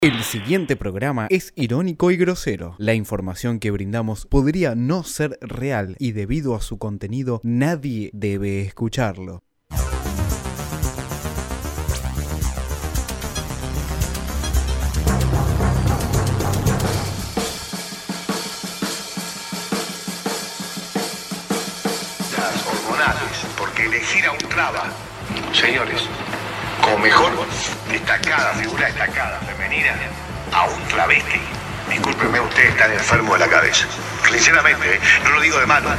El siguiente programa es irónico y grosero. La información que brindamos podría no ser real y debido a su contenido nadie debe escucharlo. Las hormonales, porque elegir a un traba, señores, como mejor figura destacada femenina, a un travesti. Discúlpenme, ustedes están enfermos de la cabeza. Sinceramente, no lo digo de mano.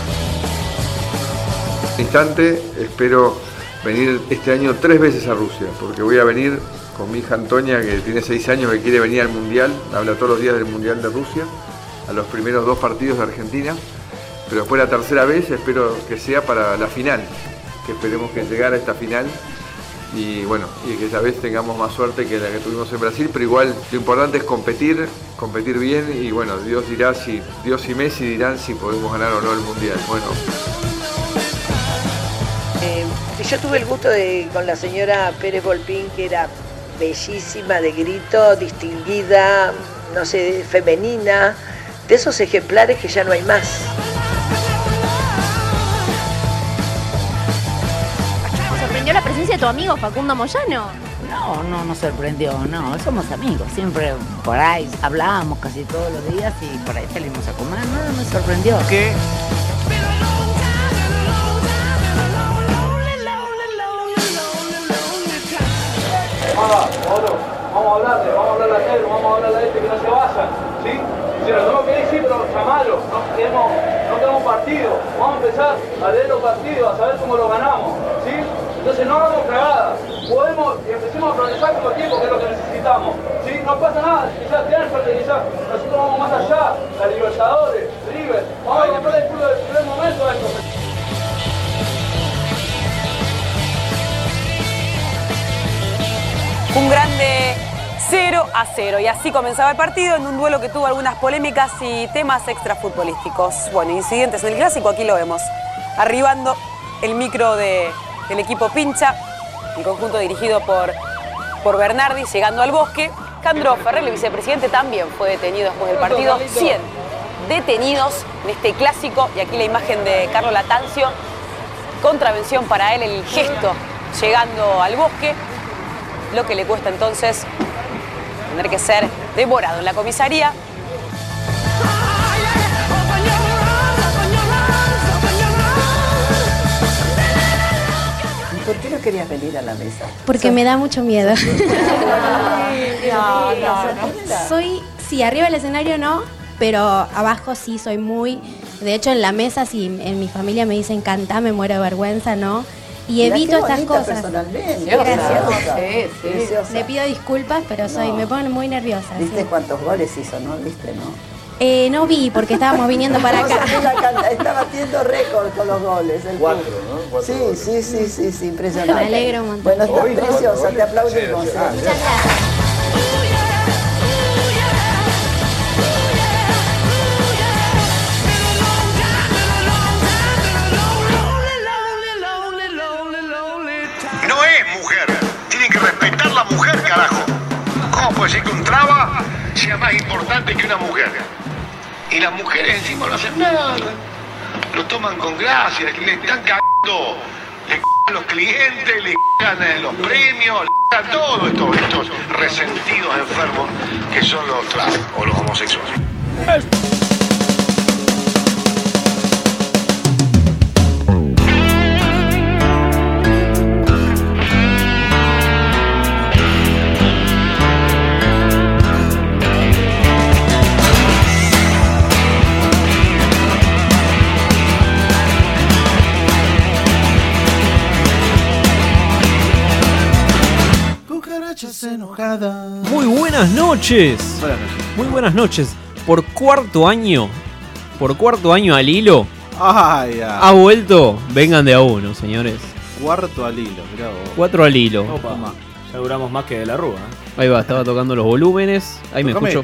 Instante, espero venir este año 3 veces a Rusia, porque voy a venir con mi hija Antonia, que tiene 6 años, que quiere venir al Mundial, habla todos los días del Mundial de Rusia, a los primeros 2 partidos de Argentina, pero después la tercera vez espero que sea para la final, que esperemos que llegara a esta final. Y bueno, y que esta vez tengamos más suerte que la que tuvimos en Brasil, pero igual lo importante es competir bien y bueno, Dios y Messi dirán si podemos ganar o no el Mundial. Bueno. Yo tuve el gusto de con la señora Pérez Volpín, que era bellísima, de grito, distinguida, no sé, femenina, de esos ejemplares que ya no hay más. ¿La presencia de tu amigo Facundo Moyano? No sorprendió, no, somos amigos, siempre por ahí hablábamos casi todos los días y por ahí salimos a comer, no me sorprendió. ¿Qué? Vamos a hablarle a Pedro, vamos a hablarle a este que no se vayan, ¿sí? Si nos tenemos que ir, sí, pero llamalo, no tenemos partido, vamos a empezar a leer los partidos, a saber cómo los ganamos, ¿sí? Entonces no hagamos cagadas, podemos y empecemos a progresar como tiempo, que es lo que necesitamos, ¿sí? No pasa nada, quizás tengan suerte, quizás nosotros vamos más allá, la Libertadores, River, vamos a comprar el culo del primer momento a esto. Un grande 0-0 y así comenzaba el partido en un duelo que tuvo algunas polémicas y temas extrafutbolísticos. Bueno, incidentes en el clásico, aquí lo vemos. Arribando el micro del equipo Pincha, el conjunto dirigido por Bernardi, llegando al Bosque. Jandro Ferrer, el vicepresidente, también fue detenido después del partido. 100 detenidos en este clásico y aquí la imagen de Carlos Latancio. Contravención para él el gesto llegando al Bosque. Lo que le cuesta entonces tener que ser devorado en la comisaría. ¿Y por qué no querías venir a la mesa? Porque me da mucho miedo. No. Sí, arriba del escenario no, pero abajo sí soy muy... De hecho, en la mesa, si en mi familia me dicen cantá, me muero de vergüenza, ¿no? Y evito estas cosas. Personalmente. Gracias. Sí. Le pido disculpas, pero me ponen muy nerviosa. ¿Viste sí. cuántos goles hizo, no? ¿Viste, no? No vi, porque estábamos viniendo para acá. Está batiendo récord con los goles. 4, ¿no? Sí, impresionante. Me alegro un montón. Bueno, estás preciosa, te aplaudimos. Muchas gracias. No es mujer, tienen que respetar la mujer, carajo. ¿Cómo puede ser que un traba sea más importante que una mujer? Y las mujeres encima no hacen nada, lo toman con gracia, le están cagando, le cagan los clientes, le cagan los premios, le cagan todo estos resentidos enfermos que son los trabas o los homosexuales. Muy buenas noches. Muy buenas noches. Por cuarto año al hilo, ha vuelto Vengan de a uno, señores. Cuarto al hilo, mirá vos. 4 al hilo. Opa. Ya duramos más que de la Rúa. Ahí va, estaba tocando los volúmenes. Ahí me escucho.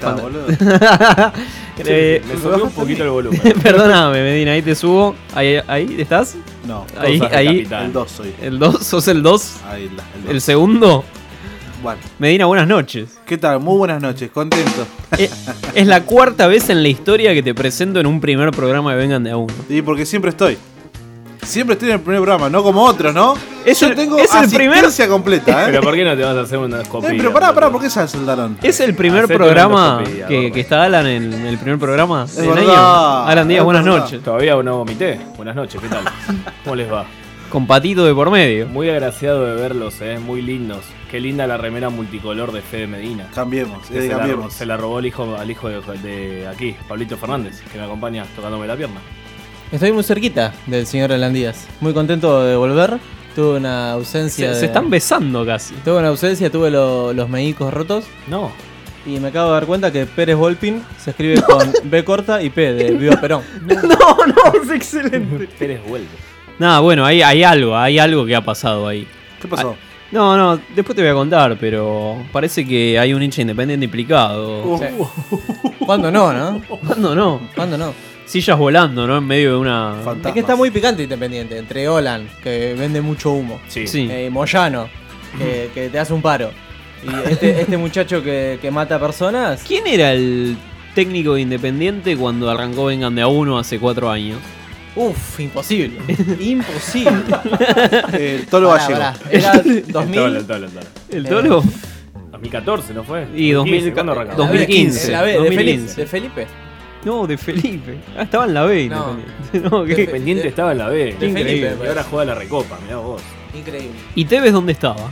Me subió un poquito el volumen. Perdóname, Medina, ahí te subo. Ahí ¿estás? No, ahí. El 2 soy. ¿El 2? ¿Sos el 2? Ahí, el 2. ¿El segundo? Bueno. Medina, buenas noches. ¿Qué tal? Muy buenas noches, contento. Es la cuarta vez en la historia que te presento en un primer programa de Vengan de a Uno. Sí, porque siempre estoy. Siempre estoy en el primer programa, no como otros, ¿no? Yo tengo asistencia completa, ¿eh? Pero ¿por qué no te vas a hacer una escopía? Pero pará, ¿por qué se saltaron? Es el primer programa que está Alan en el primer programa del año. Alan Díaz, buenas noches. Todavía no vomité. Buenas noches, ¿qué tal? ¿Cómo les va? Con Patito de por medio. Muy agraciado de verlos, muy lindos. Qué linda la remera multicolor de Fede Medina. Cambiemos, cambiemos. Se la robó al hijo de aquí, Pablito Fernández, que me acompaña tocándome la pierna. Estoy muy cerquita del señor Alan Díaz. Muy contento de volver. Tuve una ausencia. Se están besando casi. Tuve una ausencia, tuve los meñicos rotos. No. Y me acabo de dar cuenta que Pérez Volpin se escribe con B corta y P de Viva Perón. No, es excelente. Pérez vuelve. Nada, bueno, hay algo que ha pasado ahí. ¿Qué pasó? No, después te voy a contar, pero parece que hay un hincha independiente implicado. Sí. ¿Cuándo no? ¿Cuándo no? Sillas volando, ¿no? En medio de una... Fantasmas. Es que está muy picante Independiente. Entre Olan, que vende mucho humo. Sí. Moyano, que te hace un paro. Y este muchacho que mata personas. ¿Quién era el técnico de Independiente cuando arrancó Vengan de a Uno hace 4 años? Uf, imposible. Imposible. El Tolo Gallego. Era 2000. ¿El Tolo? 2014, ¿no fue? Y 2015. La B, de Felipe. No, de Felipe. Estaba en la B. No. Independiente estaba en la B. De Felipe. Y ahora juega la Recopa, mirá vos. Increíble. ¿Y Tevez dónde estaba?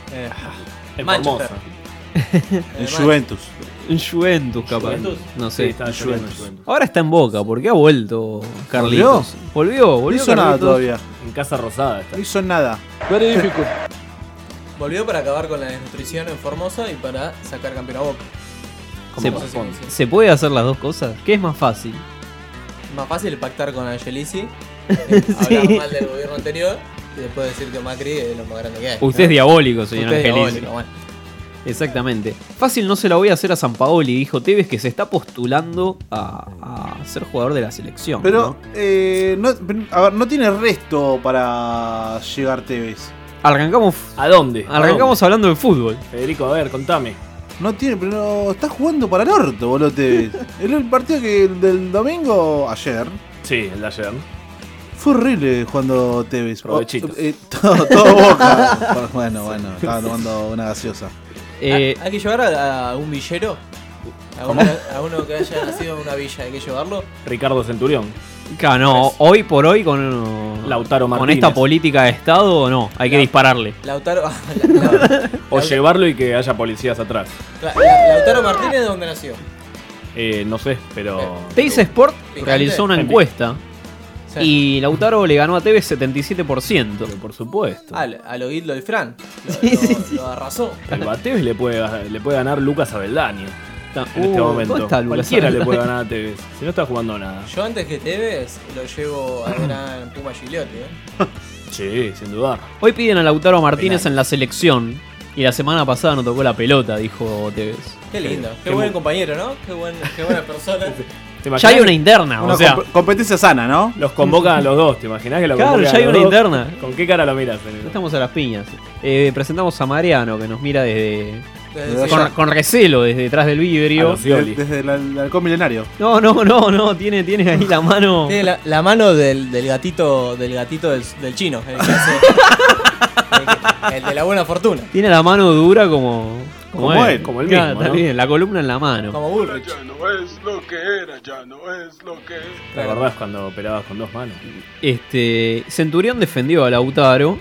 En Manchester. Formosa. En Juventus. En Juventus, capaz. ¿Juventus? No sé. Sí, está en Juventus. Ahora está en Boca, porque ha vuelto Carlitos. ¿Volvió? No hizo nada todavía. En Casa Rosada está. No hizo nada. Verífico. Volvió para acabar con la desnutrición en Formosa y para sacar campeón a Boca. ¿Se puede hacer las dos cosas? ¿Qué es más fácil? Más fácil pactar con Angelici, hablar mal del gobierno anterior y después decir que Macri es lo más grande que hay. Usted es diabólico, señor Usted es Angelici. diabólico, bueno. Exactamente. Fácil no se la voy a hacer a Sampaoli, dijo Tevez, que se está postulando a ser jugador de la selección. Pero, no tiene resto para llegar Tevez. Arrancamos. ¿A dónde? Arrancamos hablando de fútbol. Federico, a ver, contame. No tiene, pero está jugando para el orto, boludo, Tevez. El partido del domingo, ayer. Sí, el de ayer. Fue horrible jugando Tevez. Provechitos. Todo Boca. Bueno, estaba tomando una gaseosa. Hay que llevar a un villero. A uno que haya nacido en una villa, hay que llevarlo. Ricardo Centurión. Claro, no, hoy por hoy con Lautaro con Martínez. esta política de Estado, no, hay que dispararle. Lautaro. O llevarlo y que haya policías atrás. Lautaro Martínez, ¿de dónde nació? No sé, pero. Teis Sport ¿Picante? realizó una encuesta y Lautaro le ganó a Tevez 77%. Pero por supuesto. A lo Guido y Fran. Lo arrasó. Pero a Tevez le puede ganar Lucas Abeldaño. En este momento. ¿dónde está Lucas Cualquiera le Abeldaño? puede ganar a Tevez. Si no está jugando nada. Yo antes que Tevez lo llevo a gran Puma Gigliotti, Sí, sin dudar. Hoy piden a Lautaro Martínez en la selección y la semana pasada no tocó la pelota, dijo Tevez. Qué lindo, qué buen compañero, ¿no? Qué buena persona. Ya hay una interna, Una o sea. competencia sana, ¿no? Los convocan a los dos, ¿te imaginas que lo Claro, convocan ya hay a los una dos? interna. ¿Con qué cara lo miras? Estamos a las piñas. Presentamos a Mariano, que nos mira desde Desde con recelo, desde detrás del vidrio. Desde el halcón milenario. No, tiene ahí la mano. Tiene la mano del gatito del chino, el que hace. El de la buena fortuna. Tiene la mano dura como él. Como el Claro, mismo, está ¿no? bien, la columna en la mano. Como Bullrich. Ya no es lo que era, ya no es lo que era. ¿Te acordás cuando operabas con 2 manos? Centurión defendió a Lautaro.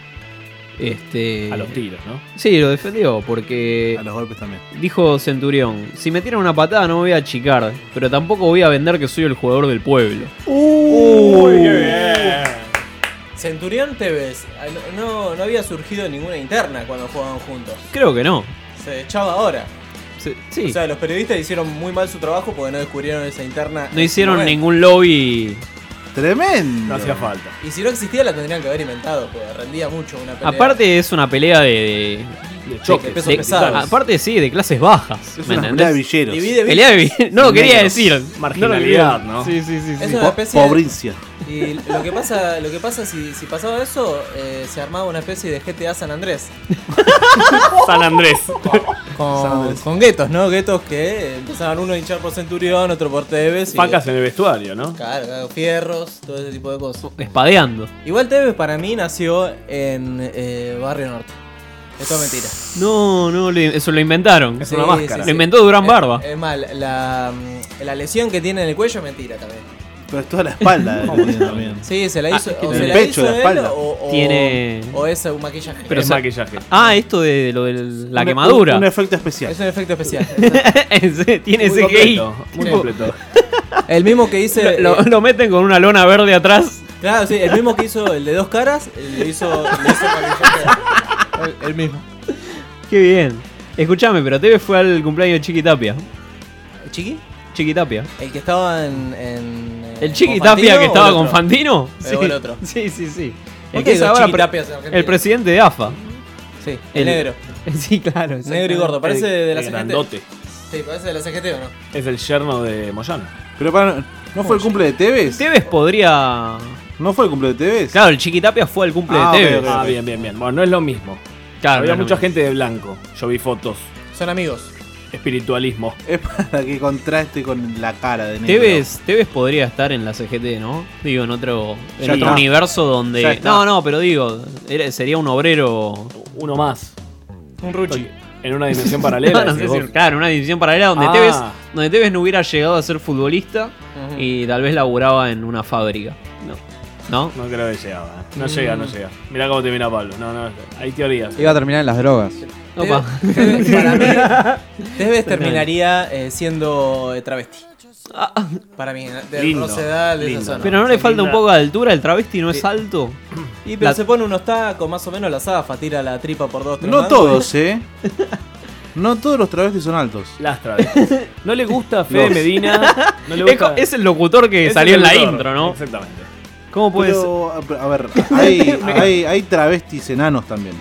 A los tiros, ¿no? Sí, lo defendió porque A los golpes también. dijo Centurión: si me tiran una patada no me voy a achicar, pero tampoco voy a vender que soy el jugador del pueblo. ¡Uy! ¡Qué bien! Centurión Tevez no había surgido ninguna interna cuando jugaban juntos. Creo que no. Se echaba ahora. Sí. O sea, los periodistas hicieron muy mal su trabajo porque no descubrieron esa interna. No hicieron ningún lobby. Tremendo. No hacía falta. Y si no existía la tendrían que haber inventado porque rendía mucho una pelea. Aparte es una pelea de choque. De pesos pesados. Aparte, sí, de clases bajas. Es ¿me una entendés? pelea de villeros. Pelea de villeros. No lo quería Negros. decir. Marginalidad, No ¿no? lo quería. Sí. Es una especie Provincia. Y lo que pasa si pasaba eso, se armaba una especie de GTA San Andrés. San Andrés. Con guetos, ¿no? Guetos que empezaban uno a hinchar por Centurión, otro por Tevez. Facas en el vestuario, ¿no? Claro, fierros, todo ese tipo de cosas. Espadeando. Igual Tevez para mí nació en Barrio Norte. Esto es mentira. No, eso lo inventaron. Es una máscara. Lo inventó Durán Barba. Es mal, la lesión que tiene en el cuello es mentira también. Pero es toda la espalda. también. Sí, se la hizo. O el se la pecho, hizo la espalda. él, o Tiene. O es un maquillaje. Pero es maquillaje. Esto de lo de la quemadura. Un efecto especial. Es un efecto especial. Tiene Muy ese gay. completo, muy completo. El mismo que hice. Lo meten con una lona verde atrás. Claro, sí, el mismo que hizo el de 2 caras, le hizo maquillaje. El mismo. Qué bien. Escuchame, pero Tevez fue al cumpleaños de Chiqui Tapia. ¿Chiqui? Chiqui Tapia. El que estaba ¿El Chiqui con Fantino Tapia que o estaba el con otro? Fantino? O el otro. Sí. ¿Por qué es digo ahora Chiqui Tapias en Argentina? el presidente de AFA. Sí, el negro. Sí, claro. Negro y gordo, parece de la CGT. Grandote. Sí, parece de la CGT o no. Es el yerno de Moyano. Pero ¿no fue el cumple de Tevez? Tevez podría. ¿No fue el cumple de Tevez? Claro, el Chiqui Tapia fue al cumple de Tevez. Ah, bien. Bueno, no es lo mismo. Claro, había no es mucha lo gente de blanco. Yo vi fotos. Son amigos. Espiritualismo. Es para que contraste con la cara de negro. Tevez podría estar en la CGT, ¿no? Digo, en otro Ya está. universo Ya donde. está. No, pero digo, sería un obrero. Uno más. Un Ruchi. En una dimensión paralela. No sé decís si- vos. claro, una división paralela donde Ah. Tevez no hubiera llegado a ser futbolista y tal vez laburaba en una fábrica. ¿No? No creo que llegaba. No llega. Mirá cómo te mira Pablo. No, hay teorías. Iba a terminar en las drogas. Opa. Para mí, Tevez terminaría siendo travesti. Para mí, de Lindo, Rosedal, de lindo. esa zona. Pero no le falta un linda. poco de altura, el travesti no es alto. Y pero se pone unos tacos, más o menos la zafa, tira la tripa por 2, 3 No todos, No todos los travestis son altos. Las travestis. No le gusta Fede Los. Medina. No le gusta. Es el locutor que Es salió el en la locutor, intro, ¿no? Exactamente. ¿Cómo puede ser? Pero, a ver, hay travestis enanos también.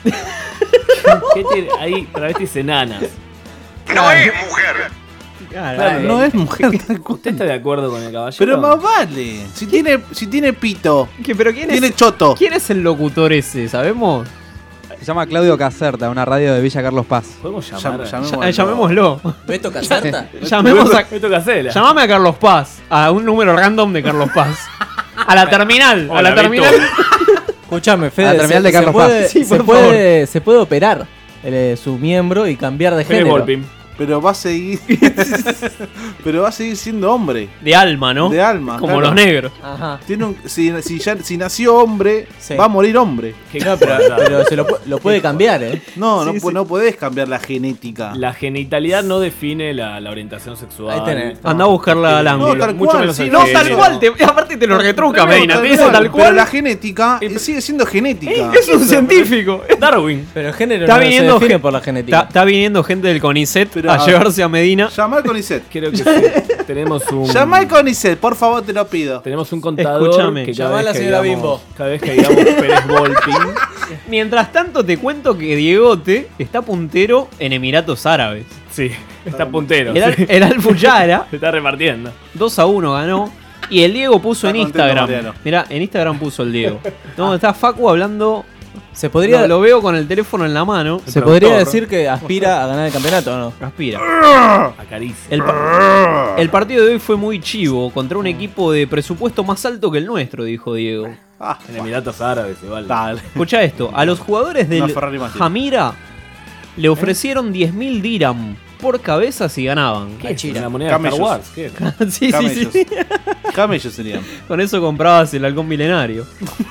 ¿Qué tiene? Hay travestis enanas. No es mujer. Claro, No es mujer. ¿Usted está de acuerdo con el caballero? Pero más vale. Si tiene pito, ¿Pero quién tiene es, choto. ¿quién es el locutor ese? ¿Sabemos? Se llama Claudio Caserta, una radio de Villa Carlos Paz. ¿Podemos llamar? Llamémoslo. Beto Caserta. Llamemos a, Beto Casella. llamame a Carlos Paz, a un número random de Carlos Paz. A la terminal, a Hola, la terminal. Beto. Escúchame, Fede. A la terminal de Carlos Paz. Sí, por se puede operar su miembro y cambiar de Fede género. Volpin. Pero va a seguir. Pero va a seguir siendo hombre. De alma, ¿no? De alma. Como claro. los negros. Ajá. Tiene si nació hombre, Sí. va a morir hombre. No, pero se lo puede cambiar, ¿eh? No, no podés cambiar la genética. La genitalidad no define la orientación sexual. Ahí tenés. Anda a buscarla al ángulo. tal Mucho cual, menos sí, el No, género. tal cual. Aparte te lo retruca, Medina. Te dice cual, tal Pero cual. la genética sigue siendo genética. Es un científico. Darwin. Pero el género Está no se viniendo define gen- por la genética. Está viniendo gente del CONICET Pero, a llevarse a Medina. Llamar con Iset. Creo que sí. Tenemos un. Llamar con Iset, por favor, te lo pido. Tenemos un contador. Escúchame. Que Llamá a la vez que señora digamos- Bimbo. Cada vez que digamos Pérez Volpin. Mientras tanto te cuento que Diegote está puntero en Emiratos Árabes. Sí, está puntero. sí. El Al-Fujara Se está repartiendo. 2-1 ganó. Y el Diego puso Está en contento, Instagram. Mariano. Mirá, en Instagram puso el Diego. No, está Facu hablando. Se podría, Lo veo con el teléfono en la mano. se podría decir que aspira a ganar el campeonato, ¿o no? Aspira. Acaricia. El partido de hoy fue muy chivo contra un equipo de presupuesto más alto que el nuestro, dijo Diego. En Emiratos Árabes igual. Dale. Escucha esto, a los jugadores del Una Ferrari más, tío. Jamira le ofrecieron 10.000 dirham por cabeza si ganaban. ¿Qué es? ¿La moneda de Star Camellos. Wars? ¿Qué? Sí, sí, Camellos. sí. Camellos serían. Con eso comprabas el halcón milenario.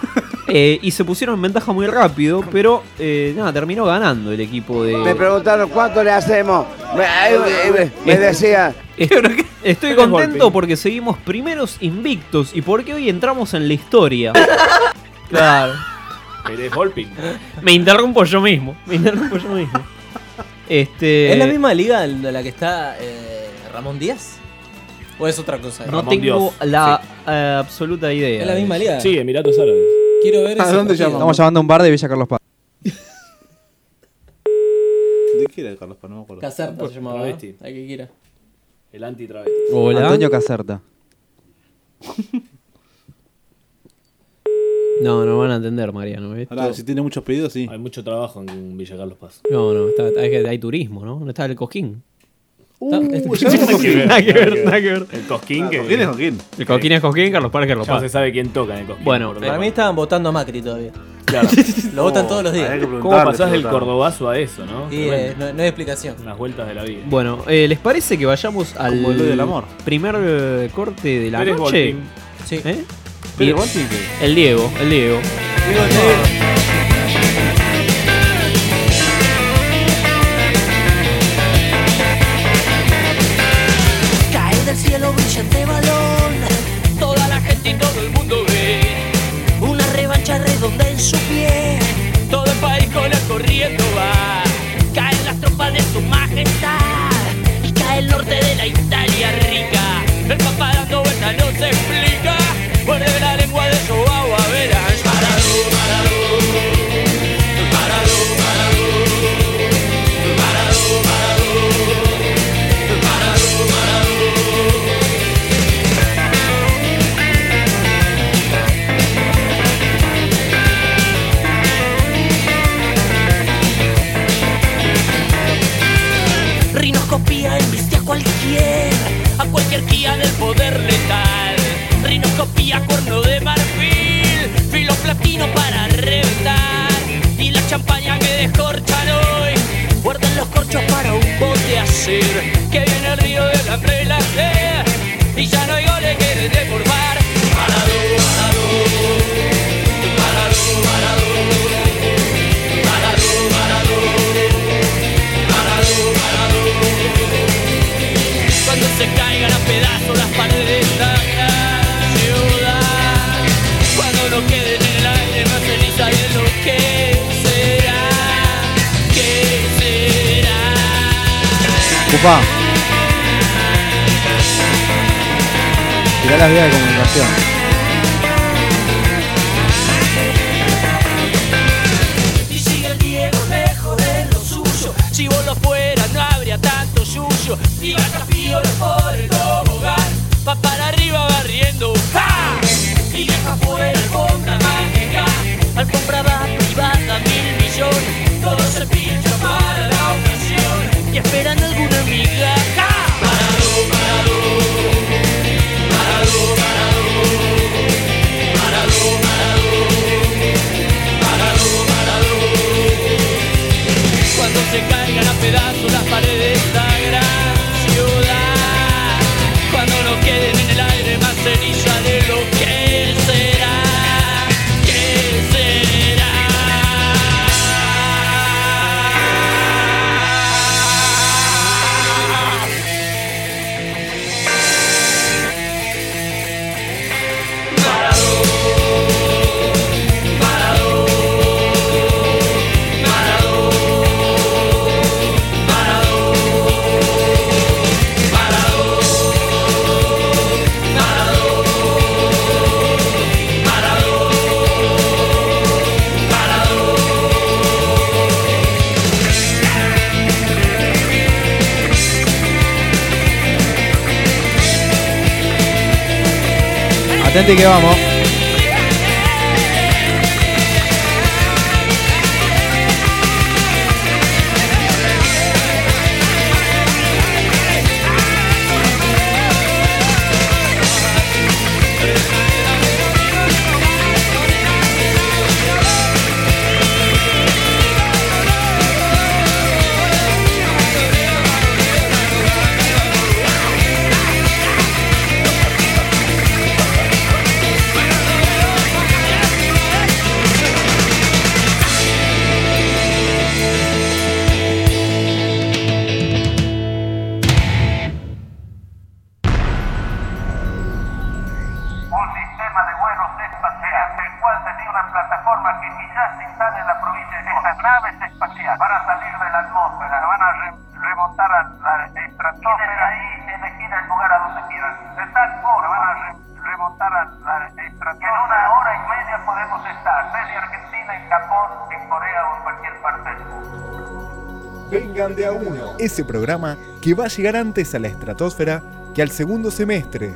Y se pusieron en ventaja muy rápido, pero nada, terminó ganando el equipo de... Me preguntaron cuánto le hacemos. Me decía, Estoy contento porque seguimos primeros invictos y porque hoy entramos en la historia. Claro. Pérez Volpin. Me interrumpo yo mismo. ¿Es la misma liga de la que está Ramón Díaz? ¿O es otra cosa? No Ramón tengo Dios. la absoluta idea. ¿Es la misma liga? Sí, Emiratos Árabes. Quiero ver ¿A ese dónde partido. llamamos? Estamos llamando a un bar de Villa Carlos Paz. ¿De qué era Carlos Paz? No me acuerdo. Caserta se llamaba, ¿no? Travesti. Hay que quiera. El anti-travesti. Hola. Antonio Caserta. No van a entender, Mariano. Ahora, si tiene muchos pedidos, sí. Hay mucho trabajo en Villa Carlos Paz. No, hay turismo, ¿no? ¿Dónde está el Cosquín? Ya Nada que ver. El Cosquín Ah, que... Cosquín es Cosquín. El Cosquín es Cosquín, Carlos Paz es Carlos Ya Paz. se sabe quién toca en el Cosquín. Bueno, Para mí estaban votando a Macri todavía. Claro. Lo votan todos los días. ¿Cómo pasás del cordobazo a eso, no? Y no hay explicación. Unas vueltas de la vida. Bueno, ¿les parece que vayamos al Como el Ley del Amor. primer corte de la Pérez noche? Volpín. Sí. ¿Eh? ¿Pérez Y- Volpín qué? El Diego. Cae del cielo brillante balón, toda la gente y todo el mundo ve una revancha redonda en su pie. Todo el país con él corriendo va, caen las tropas de su majestad y cae el norte de la Italia rica. El papá dando vueltas no se explica, muerde la lengua de su agua, verás. Rinoscopía embiste a cualquier guía del poder letal. Rinoscopía, cuerno de marfil, filo platino para reventar. Y la champaña que descorchan hoy, guardan los corchos para un bote hacer. Que viene el río de la hambre y la sed, y ya no hay goles que deformar. Cuando se caigan a pedazos las paredes de esta gran ciudad, cuando no queden en el aire más ceniza de lo que será, ¿qué será? Ocupa. Tirá las vías de comunicación. Y sigue el Diego lejos de lo suyo. Si vos lo fueras no habría tanto yuyo. Y Garcafío por el tobogán, va para arriba barriendo. ¡Ja! Y deja fuera alfombra mágica, alfombra va privada 1.000 millones. Todo se pincha para la ocasión y esperan alguna amiga. ¡Ja! Cuando se caigan a pedazos las paredes de esta gran ciudad, cuando no queden en el aire más ceniza de lo que será, ¿qué será? Atente que vamos. Vengan de a uno. Ese programa que va a llegar antes a la estratosfera que al segundo semestre.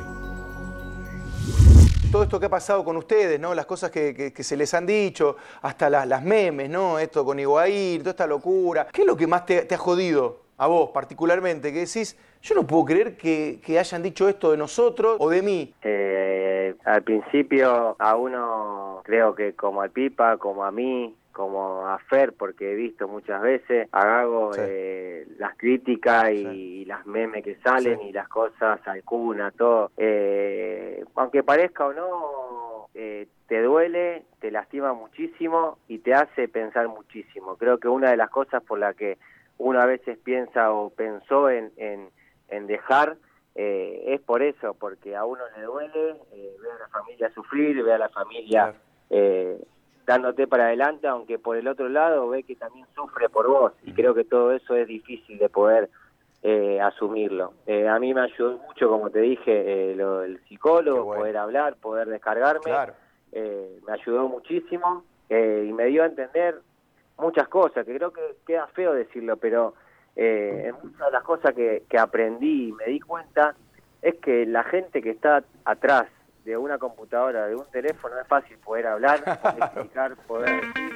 Todo esto que ha pasado con ustedes, ¿no? Las cosas que se les han dicho, hasta las memes, ¿no? Esto con Higuaín, toda esta locura. ¿Qué es lo que más te ha jodido a vos particularmente? Que decís, yo no puedo creer que hayan dicho esto de nosotros o de mí. Al principio a uno, creo que como al Pipa, como a mí, como a Fer, porque he visto muchas veces a Gago las críticas y las memes que salen y las cosas al Cuna, todo. Aunque parezca o no, te duele, te lastima muchísimo y te hace pensar muchísimo. Creo que una de las cosas por la que uno a veces piensa o pensó en dejar es por eso, porque a uno le duele, ve a la familia sufrir, ve a la familia dándote para adelante, aunque por el otro lado ve que también sufre por vos, y creo que todo eso es difícil de poder asumirlo. A mí me ayudó mucho, como te dije, el psicólogo, poder hablar, poder descargarme, me ayudó muchísimo y me dio a entender muchas cosas, que creo que queda feo decirlo, pero en muchas de las cosas que aprendí y me di cuenta es que la gente que está atrás de una computadora, de un teléfono, es fácil poder hablar, poder explicar, poder decir.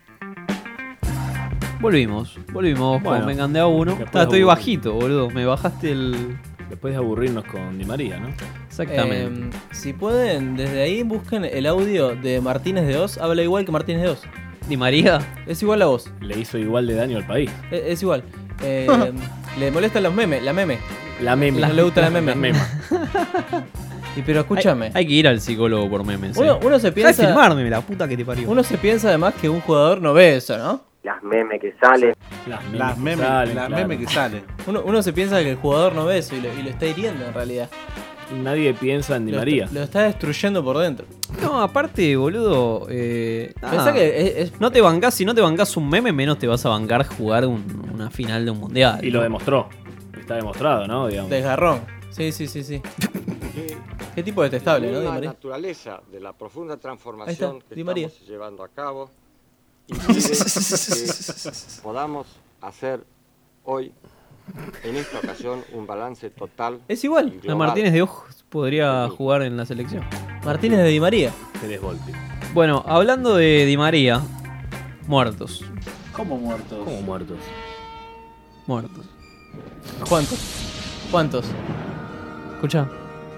Volvimos con Vengan de a uno. Estoy bajito, boludo. Me bajaste el... Después de aburrirnos con Di María, ¿no? Exactamente. Si pueden, desde ahí busquen el audio de Martínez de Oz. Habla igual que Martínez de Oz. ¿Di María? Es igual a vos. Le hizo igual de daño al país. Es igual. Le molestan los memes, la meme. No le gusta la meme. Y pero escúchame. Hay que ir al psicólogo por memes. Uno se piensa... ¿Sabes filmarme, la puta que te parió? Uno se piensa además que un jugador no ve eso, ¿no? Las memes que salen. Las memes que salen. Uno se piensa que el jugador no ve eso y lo está hiriendo en realidad. Nadie piensa en Di María. Lo está destruyendo por dentro. No, aparte, boludo. Pensá que no te bancás, si no te bancás un meme, menos te vas a bancar jugar una final de un mundial. Y lo demostró. Está demostrado, ¿no? Digamos. Desgarrón. Sí. Qué tipo detestable, ¿no, Di La María? naturaleza de la profunda transformación que Di María. estamos llevando a cabo impide que podamos hacer hoy, en esta ocasión, un balance total. Es igual. A Martínez de Ojos podría jugar en la selección. Martínez de Di María. Pérez Volpi. Bueno, hablando de Di María, muertos. ¿Cómo muertos? ¿Cómo muertos? Muertos. ¿Cuántos? Escucha.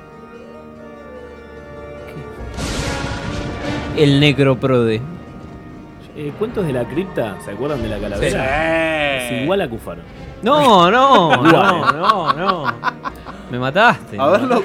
El Necroprode. Cuentos de la cripta, ¿se acuerdan de la calavera? Sí. Es igual a Cufaro. No. Me mataste. A verlo.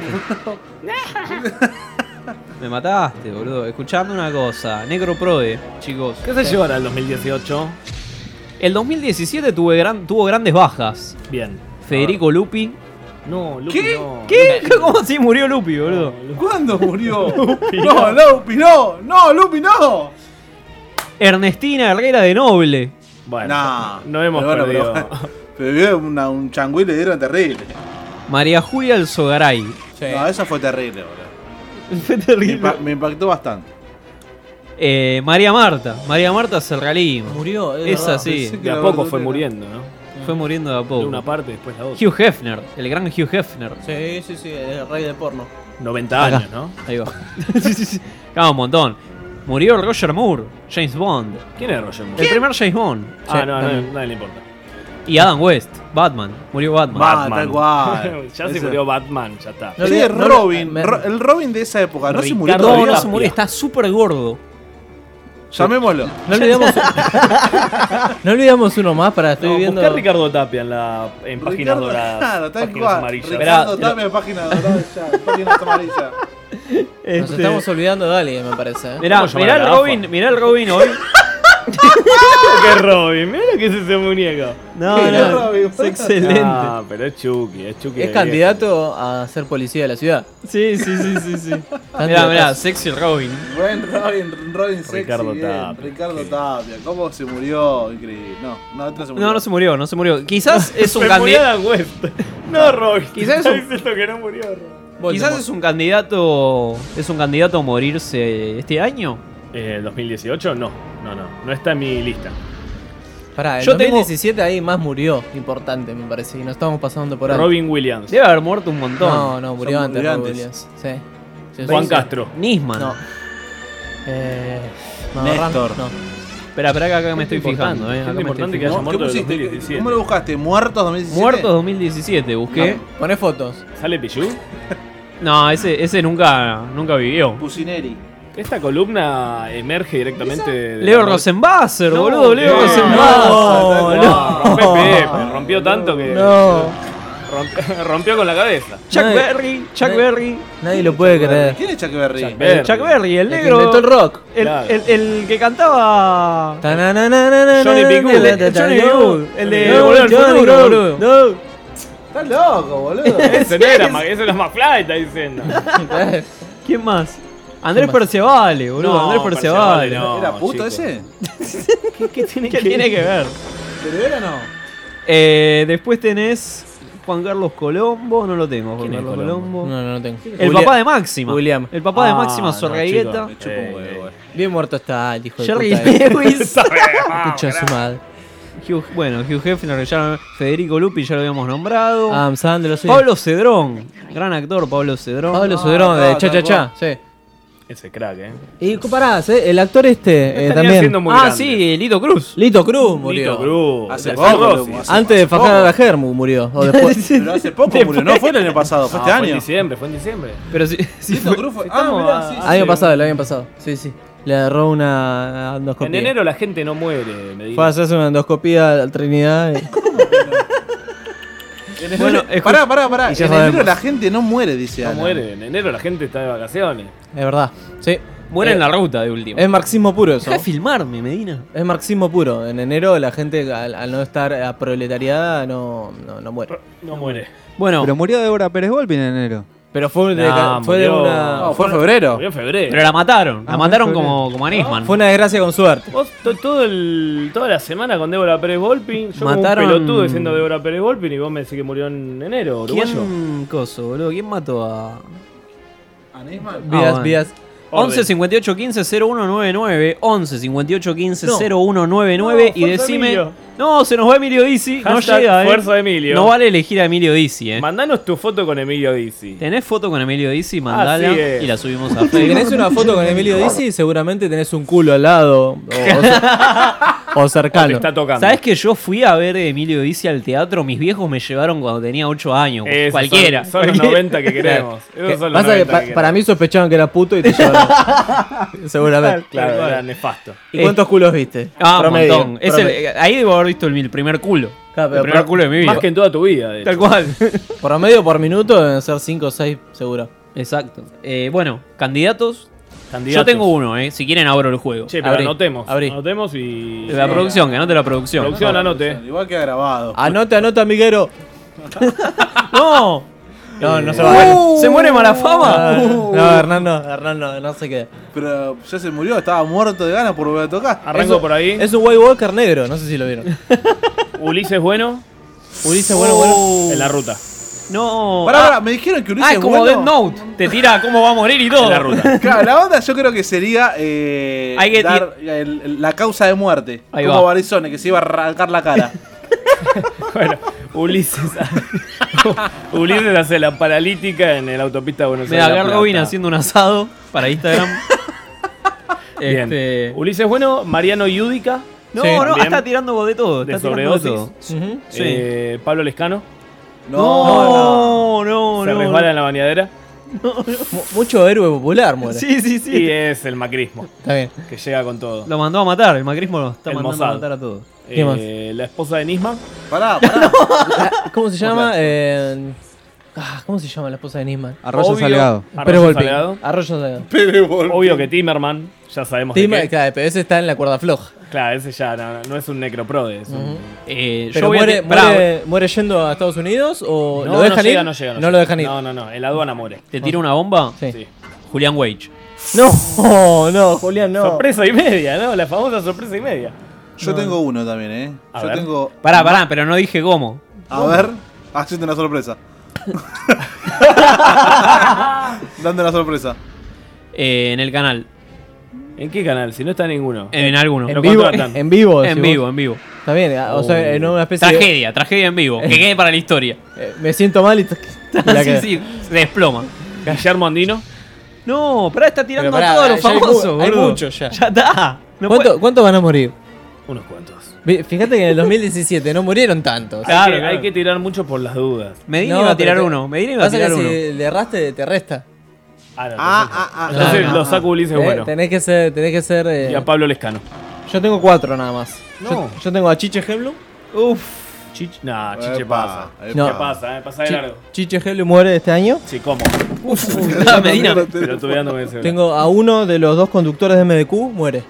Me mataste, boludo. Escuchame una cosa. Necroprode, chicos. ¿Qué se llevará el 2018? El 2017 tuvo grandes bajas. Bien. Federico Lupi. No, Lupi ¿Qué? no. ¿Qué? ¿Cómo así murió Lupi, boludo? ¿Cuándo murió? Lupi no. Ernestina Herrera de Noble. Bueno, no hemos perdido. Pero vio un changüí y le dieron terrible. María Julia Alzogaray. Sí. No, esa fue terrible, boludo. Fue terrible. Me impactó bastante. María Marta Serralima. Murió, es así. De a poco fue muriendo, ¿no? Fue muriendo de a poco. De una parte, después la otra. Hugh Hefner, el gran Hugh Hefner. Sí, el rey de porno. 90 años, ¿no? Ahí va. Sí. Cada un montón. Murió Roger Moore, James Bond. ¿Quién es Roger Moore? El primer James Bond. Nadie le importa. Y Adam West, Batman. Murió Batman. Tal cual. Ya se murió Batman, ya está. Sí, Robin. El Robin de esa época. No se murió todavía. No se murió, está súper gordo. Llamémoslo. No olvidamos uno más para estoy viendo. Buscar Ricardo Tapia en páginas doradas. Claro, tal páginas cual. amarillas. Ricardo Tapia en páginas doradas ya. Páginas amarillas. Nos estamos olvidando de alguien, me parece. Mirá el Robin hoy. ¿Qué Robin? Mirá lo que es ese muñeco. No, es excelente. Ah, pero es Chucky. Es candidato a ser policía de la ciudad. Sí. Mirá, sexy Robin. Buen Robin sexy. Ricardo Tapia. Ricardo Tapia. ¿Cómo se murió? Increíble. No se murió. Quizás es un candidato. No, Robin. Quizás es lo que no murió, Robin. Quizás es un candidato a morirse este año. ¿2018? No está en mi lista. Pará, en Yo 2017 ahí más murió, importante me parece, y nos estamos pasando por alto. Robin Williams. Debe haber muerto un montón. No, murió antes Robin Williams. Sí. Juan Castro. Nisman. No. Néstor. No. Espera, que acá me estoy fijando. Es importante que haya muerto en 2017. ¿Cómo lo buscaste? ¿Muertos 2017? Muertos 2017, busqué. Poné fotos. ¿Sale Pichu? No, ese nunca vivió. Pusineri. Esta columna emerge directamente de Leo Rosenbasser, boludo, Leo Rosenbasser. No, rompió tanto que rompió con la cabeza. Chuck Berry. Nadie lo puede creer. ¿Quién es Chuck Berry? Chuck Berry, el El que negro. inventó el rock. El que cantaba. Johnny B. Good. El de Volver al Futuro, boludo. Estás loco, boludo. Ese no era McFly, está diciendo. ¿Quién más? Andrés Perciavale, boludo. No, Andrés Perciavale. Perciavale no. ¿Era puto chico. ese? ¿Qué tiene ¿Qué tiene que ver? ¿Pero era o no? Después tenés Juan Carlos Colombo, no lo tengo. Juan Carlos Colombo. No lo tengo. El papá de Máxima. William. El papá de Máxima Zorregueta. Bien muerto está el hijo de Jerry puta. Lewis. Escucha su madre. Hugh Hefner, Federico Lupi, ya lo habíamos nombrado. Adam Sandler, sí. Pablo Cedrón, gran actor Pablo Cedrón. Pablo Cedrón de Cha Cha Cha, sí. Ese crack, Y comparás, el actor también. Sí, Lito Cruz. Lito Cruz murió. Lito Cruz. Hace poco. Antes de fajar a la Germu murió. O después. Pero hace poco murió, no fue el año pasado, fue este Fue año. en diciembre. Pero si Lito Cruz fue. Estamos mirá, Año pasado, el año pasado. Sí. Le agarró una endoscopía. En enero la gente no muere, me dijo. Fue a hacerse una endoscopía a la Trinidad. Bueno, pará. Y ya En enero sabemos. la gente no muere, dice No Ana. muere, en enero la gente está de vacaciones. Es verdad, sí. Muere en la ruta de último. Es marxismo puro eso. Deja de filmarme, Medina. Es marxismo puro. En enero la gente al no estar proletariada no muere. No muere. Bueno, Pero murió Débora Pérez Volpin en enero. pero fue de murió. una. No, fue en febrero. Murió en febrero. pero la mataron. La Ah, mataron fue como a Nisman. Fue una desgracia con suerte. Vos toda la semana con Débora Pérez Volpin, yo Mataron- como un pelotudo diciendo Débora Pérez Volpin y vos me decís que murió en enero, uruguayo. ¿Quién coso, boludo? ¿Quién mató a...? Vías, vías. 11 58 15 0199 11 58 15 No. 0199 y Fuerza decime. Emilio. No, se nos va Emilio Dizzi. No Hashtag llega, Fuerza Emilio. No vale elegir a Emilio Dizzi, Mandanos tu foto con Emilio Dizzi. ¿Tenés foto con Emilio Dizzi? Mandala Así es. y la subimos a Si Facebook. tenés una foto con Emilio Dizzi, seguramente tenés un culo al lado. O cercano. Te está tocando. ¿Sabés que yo fui a ver a Emilio Dizzi al teatro? Mis viejos me llevaron cuando tenía 8 años. Esos Cualquiera. Son los 90 que queremos. Esos son los Pasa que 90 que queremos. para mí sospechaban que era puto y te llevaron. Seguramente. Claro, era nefasto. ¿Y cuántos culos viste? Ah, un Promedio, montón. promedio. Ahí debo haber visto el primer culo. Claro, pero el primer culo de mi vida. Más que en toda tu vida, de hecho. Tal cual. Promedio por minuto deben ser 5 o 6 seguro. Exacto. Bueno, candidatos. Candidatos. Yo tengo uno, si quieren abro el juego. Che, pero Abrí. anotemos. Abrí. Anotemos y. La producción, que anote la producción. Producción, anote. Igual que grabado. Anota, Miguero. ¡No! No se va. ¿Se muere Malafama? No, Hernando, no sé qué. Pero ya se murió, estaba muerto de ganas por volver a tocar. Arranco por ahí. Es un White Walker negro, no sé si lo vieron. Ulises Bueno. Ulises, bueno. En la ruta. No. Pará, me dijeron que Ulises es como bueno. Death Note. Te tira cómo va a morir y todo. En la ruta. Claro, la onda yo creo que sería Hay que dar la causa de muerte. Ahí como va. Barizone, que se iba a arrancar la cara. Bueno, Ulises. Ulises hace la paralítica en la autopista de Buenos Mira, Aires. acá La Robin Plata. haciendo un asado para Instagram. Bien. Ulises Bueno, Mariano Yudica. No, Sí, no, también. está tirando de todo. De Está tirando de sobredosis. todo. Ujú. Sí. Pablo Lescano. No. Se resbala en la bañadera. Mucho héroe popular muere. Sí. Y es el macrismo. Está bien. Que llega con todo. Lo mandó a matar. El macrismo lo está El mandando Mossad. a matar a todos. ¿Qué más? La esposa de Nisman. Pará. ¿Cómo se llama? ¿Cómo se llama la esposa de Nisman? Arroyo Salgado. Pero Volpi. Salgado. Arroyo Salgado. Obvio que Timerman. Ya sabemos de qué. Claro, pero ese está en la cuerda floja. Claro, ese ya no es un necroprode. Es un... Pero yo voy a muere yendo a Estados Unidos o No, lo dejan no llega, ir. no llega. No lo dejan ir. No. En la aduana muere. ¿Te tira una bomba? Sí. Julián Wage. No, Julián, no. Sorpresa y media, ¿no? La famosa sorpresa y media. Yo tengo uno también, A Yo ver. tengo. Pará, pero no dije cómo. A ver, hacete una sorpresa. Dando una sorpresa. En el canal. ¿En qué canal? Si no está ninguno. En alguno. En Lo vivo, contratan. en vivo. En si vivo, vos- en vivo. Está bien, o sea, en una especie Tragedia en vivo. Que quede para la historia. Me siento mal y la sí, quedé. sí, se desploma. Guillermo Andino. No, pará, está tirando Pero pará, a todos los ya hay famosos, hay boludo. muchos ya. Ya está. No ¿Cuántos van a morir? Unos cuantos. Fíjate que en el 2017 no murieron tantos. Hay que tirar mucho por las dudas. Medina iba a tirar uno. Medina iba a pasa tirar que uno. si le erraste, te resta. Entonces lo saco Ulises bueno. Tenés que ser. Y a Pablo Lescano. Yo tengo 4 nada más. No. Yo tengo a Chiche Hemblum. Chiche. No, Chiche Epa, pasa. No. ¿Qué pasa? Pasa de largo. Chiche Hemblum muere este año. Sí, ¿cómo? Medina. Pero estuve dándome ese. Tengo a uno de los 2 conductores de MDQ, muere.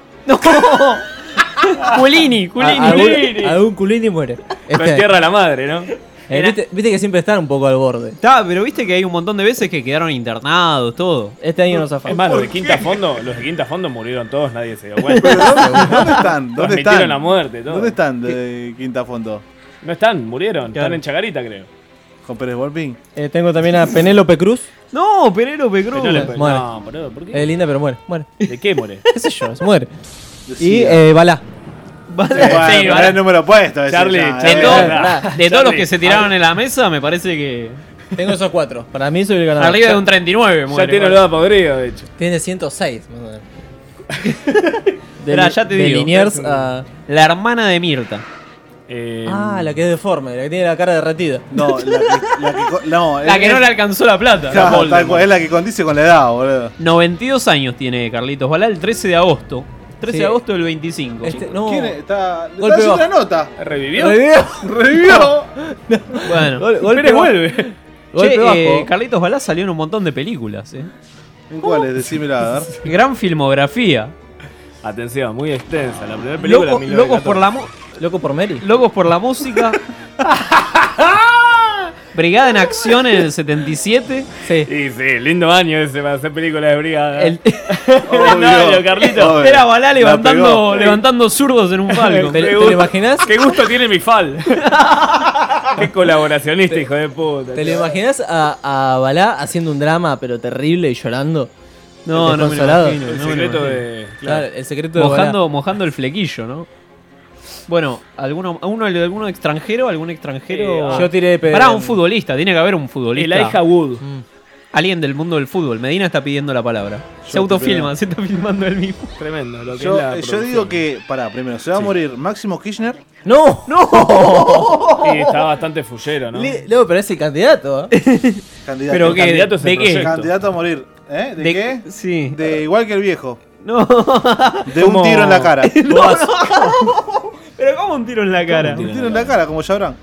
Culini. Algún Culini muere. Lo entierra la madre, ¿no? Viste que siempre están un poco al borde. Está, pero viste que hay un montón de veces que quedaron internados, todo. Este año no zafamos. Es más, los de Quinta Fondo murieron todos, nadie se dio cuenta. ¿Dónde están? ¿Dónde Transmitieron están? la muerte, todo. ¿Dónde están de Quinta Fondo? No están, murieron. Claro. Están en Chacarita, creo. ¿Con Pérez Volpín? Tengo también a Penélope Cruz. No, Penélope Cruz. Muere. No, boludo, ¿por qué? Es linda, pero muere. ¿De qué muere? ¿Qué sé yo? Se muere. Decía. Y Balá. Sí, Era el número puesto. ese Charlie, ya, Charlie. De todos los que se tiraron en la mesa, me parece que. Tengo esos 4. Para mí soy el ganador. Arriba de un 39, Ya muere. tiene olor a podrido, de hecho. Tiene 106. más o menos. Mirá, ya te de digo. Liniers a. La hermana de Mirta. La que es deforme, la que tiene la cara derretida. No, La que no le alcanzó la plata. Claro, Voldemort. tal cual, es la que condice con la edad, boludo. 92 años tiene Carlitos Balá el 13 de agosto. 13 de Sí. agosto del 25. No. ¿Quién es? Está Golpe haciendo bajo. una nota. ¿Revivió? Revivió. Bueno, Golpe Pérez bajo. vuelve. Golpe bajo. Carlitos Balá salió en un montón de películas. ¿En cuáles? Decímela, a ver. Gran filmografía. Atención, muy extensa. La primera película. Locos por la Loco por Mary. Locos por la música. Brigada en acción en el 77. Sí. Sí, sí, lindo año ese para hacer películas de brigada. Obvio. año, Carlito. Obvio. Era Balá La pegó. levantando zurdos en un Falcon. ¿Te lo imaginas? ¿Qué gusto tiene mi fal? Qué colaboracionista, hijo de puta. ¿Te lo imaginas a Balá haciendo un drama pero terrible y llorando? No, no me lo Desconsolado. imagino. El no me lo secreto imagino. de. Claro, el secreto de Balá. Mojando el flequillo, ¿no? Bueno, ¿algún extranjero? ¿Algún extranjero? Yo tiré Pará, un futbolista, tiene que haber un futbolista. Elijah Wood. Alguien del mundo del fútbol. Medina está pidiendo la palabra. Se autofilma, se está filmando él mismo. Tremendo. Lo que Yo, es la yo digo que, pará, primero, se va a morir Máximo Kirchner. ¡No! Sí, está bastante fullero, ¿no? Luego, pero es el candidato, ¿eh? Candidato. Pero El que, candidato es el ¿de qué? proyecto. Candidato a morir. ¿Eh? ¿De qué? Sí. De igual que el viejo. No. De un tiro en la cara. Pero ¿cómo un tiro en la cara? Un tiro en la cara, como Jabrán.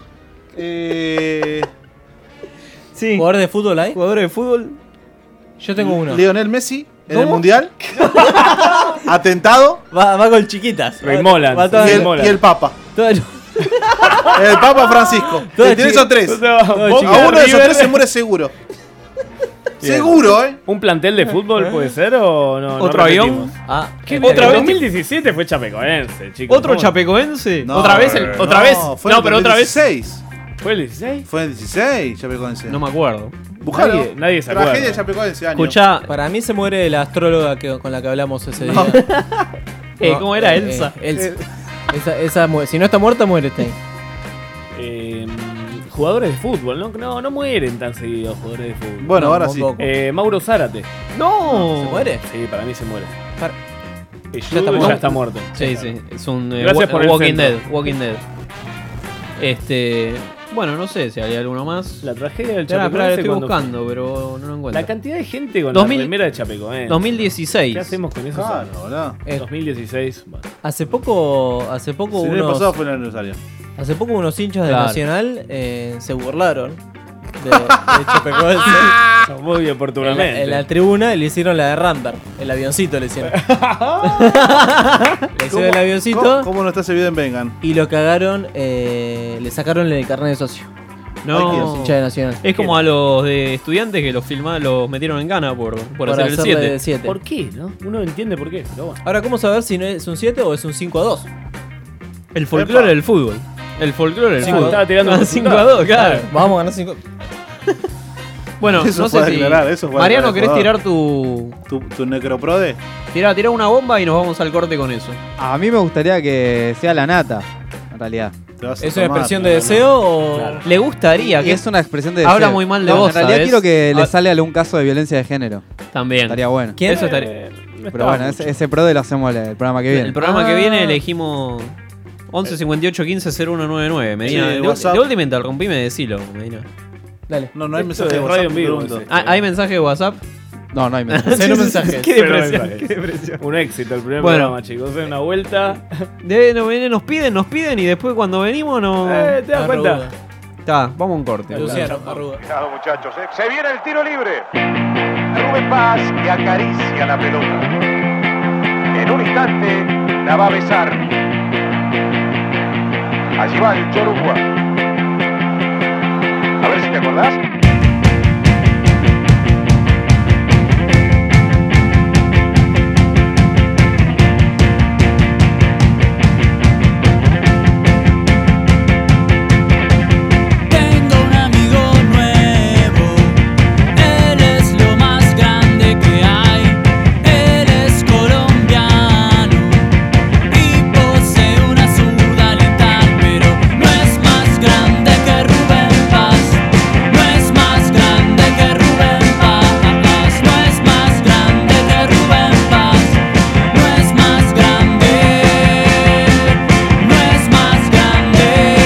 Sí. ¿Jugador de fútbol hay? Jugadores de fútbol. Yo tengo uno. Lionel Messi en el ¿Cómo? Mundial. Atentado. Va con chiquitas. Remolan. Va todo- Y el Papa. todo- El Papa Francisco. Todo Que tiene chiqui- esos tres. todo A chiquito. uno de esos River. tres se muere seguro. Bien. Seguro, ¿eh? ¿Un plantel de fútbol puede ser o no? ¿Otro no avión? repetimos? Ah, ¿Qué? ¿Otra vez? 2017 fue Chapecoense, chicos. ¿Otro ¿Cómo? chapecoense? No, ¿Otra vez? ¿Otra vez? Fue No, en pero otra vez. 2016. ¿Fue el 16? Fue en el 16, Chapecoense. No me acuerdo. Buscalo. Nadie se acuerda. Tragedia Chapecoense, año. Escuchá, Para mí se muere la astróloga con la que hablamos ese día. ¿cómo era Elsa? Elsa. Esa muere. Si no está muerta, muere este año. Jugadores de fútbol, ¿no? No mueren tan seguidos jugadores de fútbol. Bueno, No, ahora un sí. poco. Mauro Zárate. No. ¿Se muere? Sí, para mí se muere. Para- Y Ya está ya muerto. está muerto. Sí, sí. Es un Gracias por el Walking centro. Dead. Walking Dead. Bueno, no sé si hay alguno más. La tragedia del Espera, lo Chapecoense. estoy ¿cuándo buscando, pero no lo fue? encuentro. La cantidad de gente con 2000 la remera de Chapecoense. 2016. ¿Qué hacemos con eso? Claro, ¿verdad? 2016. Bueno. Hace poco Si el año pasado fue el aniversario. hace poco unos hinchas de Claro. Nacional se burlaron de Chapecoense. Muy oportunamente. En la tribuna le hicieron la de Randall. El avioncito le hicieron. Le hicieron el avioncito ¿Cómo no está ese video en Vengan? y lo cagaron. Le sacaron el carnet de socio. No. Los hinchas de Nacional. Es como a los de estudiantes que los los metieron en gana por hacer el hacerle 7. de 7. ¿Por qué, no? Uno entiende por qué, pero bueno. Ahora, ¿cómo saber si no es un 7 o es un 5-2? El folclore del fútbol. El folclore del Cinco- fútbol. Estaba tirando un 5-2, claro. Vamos a ganar 5. Bueno, Eso no fue sé a si... declarar, eso fue a Mariano, declarar, ¿querés por tirar ¿Tu necroprode? Tirá una bomba y nos vamos al corte con eso. A mí me gustaría que sea la nata, en realidad. ¿Es una expresión de deseo o...? Claro. Le gustaría Y que... es una expresión de deseo. Habla muy mal de vos, En realidad ¿sabes? quiero que le Ah. sale algún caso de violencia de género. También. Estaría bueno. ¿Quién? Eso estaría... Pero bueno, ese prode lo hacemos el programa que viene. El programa que viene elegimos 11 58 15 0199. Medina, Sí, de WhatsApp. última interrumpime, decilo, Medina. Dale. No hay Esto mensaje de de radio WhatsApp. en vivo, pregunto. es esto. ¿Hay mensaje de WhatsApp? No hay mensaje. Cero mensajes. Qué Cero depresión, mensajes. qué depresión. Un éxito el primer Bueno. programa, chicos. Es una vuelta. Nos piden y después cuando venimos no... ¿Te das cuenta? Está, vamos a un corte. Luciano, arruga. Cuidado, muchachos. Se viene el tiro libre. Rubén Paz que acaricia la pelota. En un instante la va a besar. Allí va el Chorugua. A ver si te acordás. Tengo un amigo nuevo, él es lo más grande que hay, él es colombiano y posee una zurda letal, pero no es más grande que Rubén Paz, no es más grande que Rubén Paz, no es más grande que Rubén Paz, no es más grande, no es más grande.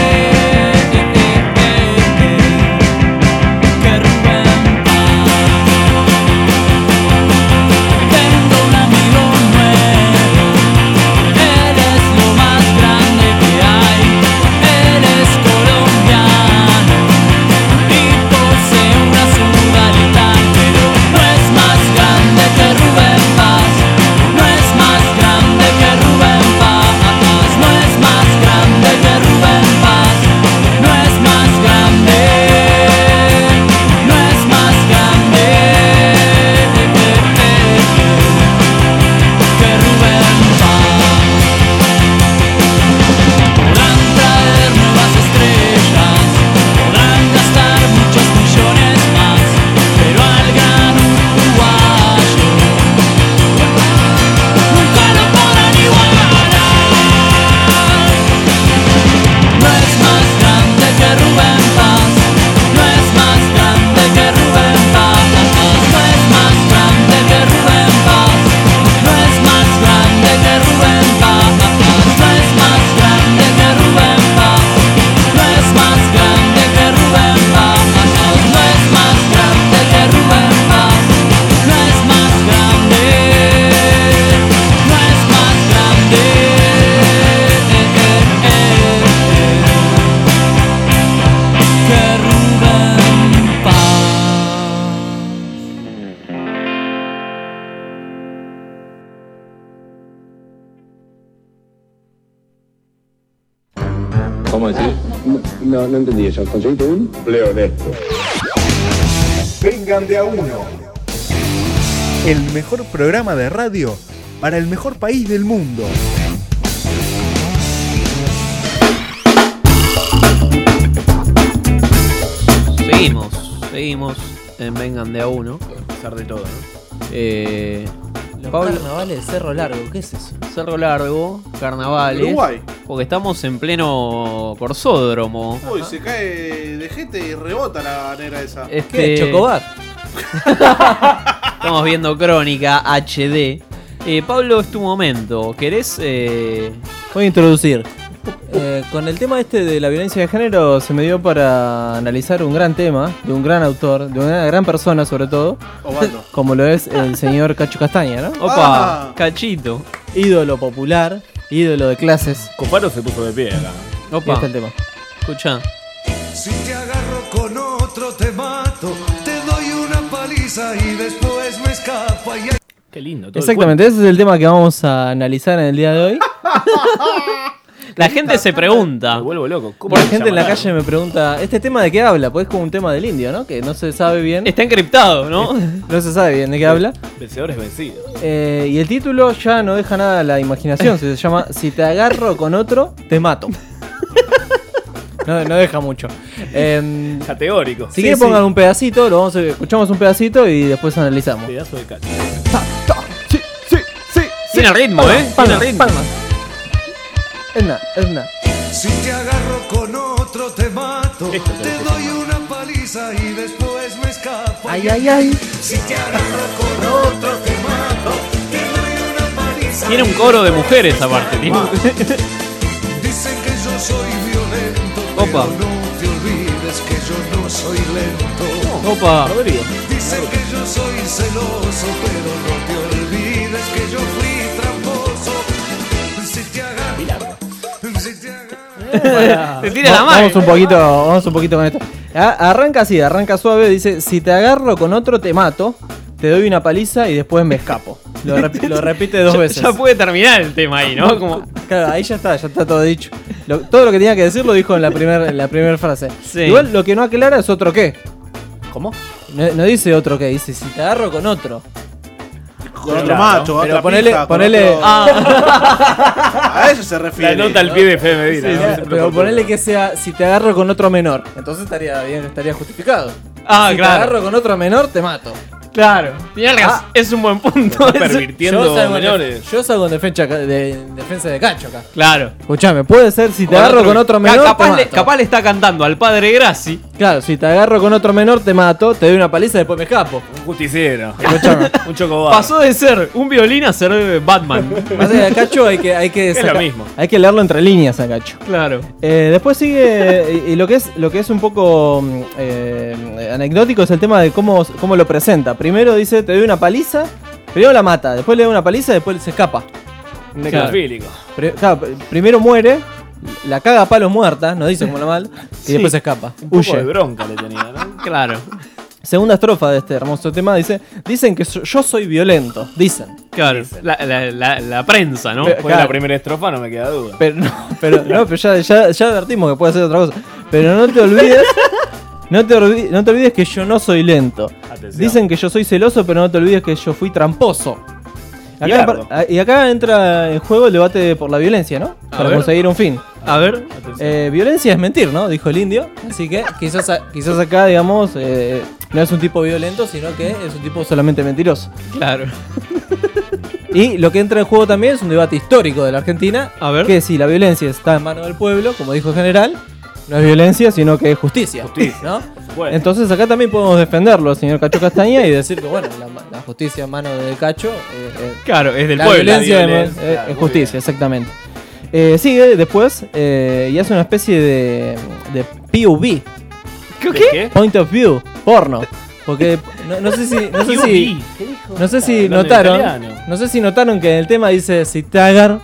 Tengo un amigo nuevo, él es lo más grande que hay, él es colombiano y posee una zurda letal, pero no es más grande que Rubén Paz, no es más grande que Rubén Paz, no es más grande que Rubén Paz, no es más grande, no es más grande que Rubén Paz. Podrán traer nuevas estrellas, podrán gastar muchos millones más, pero al gran uruguayo nunca lo podrán igualar. No es más grande que Rubén Paz, no es más grande que Rubén Paz, no es más grande que Rubén Paz, no es más grande que Rubén Paz, no es más grande que Rubén Paz, no es más grande que Rubén Paz, no es más grande que Rubén Paz, no es más grande, no es más grande que Rubén Paz. ¿Cómo decir? No entendí eso. ¿Conseguiste un? Leo honesto. Vengan de a uno. El mejor programa de radio para el mejor país del mundo. Seguimos en Vengan de a uno. A pesar de todo, ¿no? Los Pablo- carnavales de Cerro Largo, ¿qué es eso? Cerro Largo, carnavales. Uruguay. Porque estamos en pleno corsódromo. Uy, se cae de gente y rebota la negra esa. Este- ¿Chocobar? Estamos viendo Crónica HD. Pablo, es tu momento. ¿Querés? Voy a introducir. Con el tema este de la violencia de género se me dio para analizar un gran tema de un gran autor, de una gran persona sobre todo, Osvaldo. como lo es el señor Cacho Castaña, ¿no? Opa, Cachito. Ídolo popular, ídolo de clases. Coparo se puso de pie acá. Y Opa, está el tema. escucha. Si te agarro con otro te mato, te doy una paliza y después me escapa y... Qué lindo. todo el Exactamente, ese es el tema que vamos a analizar en el día de hoy. La gente se pregunta. Me vuelvo loco. ¿Cómo La se gente en la llamará? calle me pregunta, ¿este tema de qué habla? Pues es como un tema del indio, ¿no? Que no se sabe bien. Está encriptado, ¿no? No se sabe bien de qué habla. Vencedores vencidos. Y el título ya no deja nada a la imaginación. Se llama Si te agarro con otro, te mato. No deja mucho. Categórico. Si quieren pongan un pedacito, escuchamos un pedacito y después analizamos. Pedazo de cacho. Sí. Tiene ritmo, Tiene ritmo. Es nada. Si te agarro con otro te mato, te doy una paliza y después me escapo. Ay. Si te agarro con otro te mato, te doy una paliza. Tiene un coro de mujeres aparte, tío. Dicen que yo soy violento, Opa. pero no te olvides que yo no soy lento. Opa. Dicen que yo soy celoso, pero no te olvides que yo fui tramposo. Si te agarro, si te agarro. Te tira la mano. Vamos un poquito con esto. Arranca así, arranca suave. Dice: si te agarro con otro te mato, te doy una paliza y después me escapo. Lo repite dos veces. Ya puede terminar el tema ahí, ¿no? Como... Claro, ahí ya está todo dicho. Todo lo que tenía que decir lo dijo en la primera frase. Sí. Igual lo que no aclara es otro qué. ¿Cómo? No dice otro qué, dice si te agarro con otro. Con otro macho, pero otra ponele. pija, ponele con otro- A eso se refiere. La nota al pie de Fede Medina. Sí, ¿no? pero ponele que sea si te agarro con otro menor. Entonces estaría bien, estaría justificado. Ah, si claro. te agarro con otro menor, te mato. Claro. Es un buen punto. Está pervirtiendo menores. Yo salgo en defensa de Cacho acá. Claro. Escuchame, puede ser si te agarro con otro menor. Capaz le está cantando al padre Graci. Claro, si te agarro con otro menor, te mato, te doy una paliza y después me escapo. Un justiciero. Escuchame. Un chocobar. Pasó de ser un violín a ser Batman. Más allá de Cacho hay que Es lo mismo. Hay que leerlo entre líneas a Cacho. Claro. Después sigue, y lo que es un poco anecdótico es el tema de cómo lo presenta. Primero dice, te doy una paliza, primero la mata, después le da una paliza, después se escapa. Necrofílico. Claro, primero muere, la caga a palos muerta, no dice como lo mal, y después se escapa. Un poco Huye. de bronca le tenía, ¿no? Claro. Segunda estrofa de este hermoso tema dicen que yo soy violento, dicen. Claro, la prensa, ¿no? Pero- Fue claro. la primera estrofa, no me queda duda. Pero ya advertimos que puede ser otra cosa. Pero no te olvides, no te olvides que yo no soy lento. Atención. Dicen que yo soy celoso, pero no te olvides que yo fui tramposo. Bilardo. Y acá entra en juego el debate por la violencia, ¿no? A Para ver. conseguir un fin. A ver. Violencia es mentir, ¿no? Dijo el indio. Así que quizás acá, digamos, no es un tipo violento, sino que es un tipo solamente mentiroso. Claro. Y lo que entra en juego también es un debate histórico de la Argentina. A ver. Que si la violencia está en manos del pueblo, como dijo el general, no es violencia, sino que es justicia. ¿no? Bueno. Entonces acá también podemos defenderlo al señor Cacho Castaña y decir que, bueno, la justicia en manos del Cacho. Claro, es del la pueblo. violencia La violencia, es claro, muy justicia, exactamente. Sigue después y hace una especie de POV. ¿De qué? Point of view, porno. Porque no sé si Hablando notaron que en el tema dice Citagar,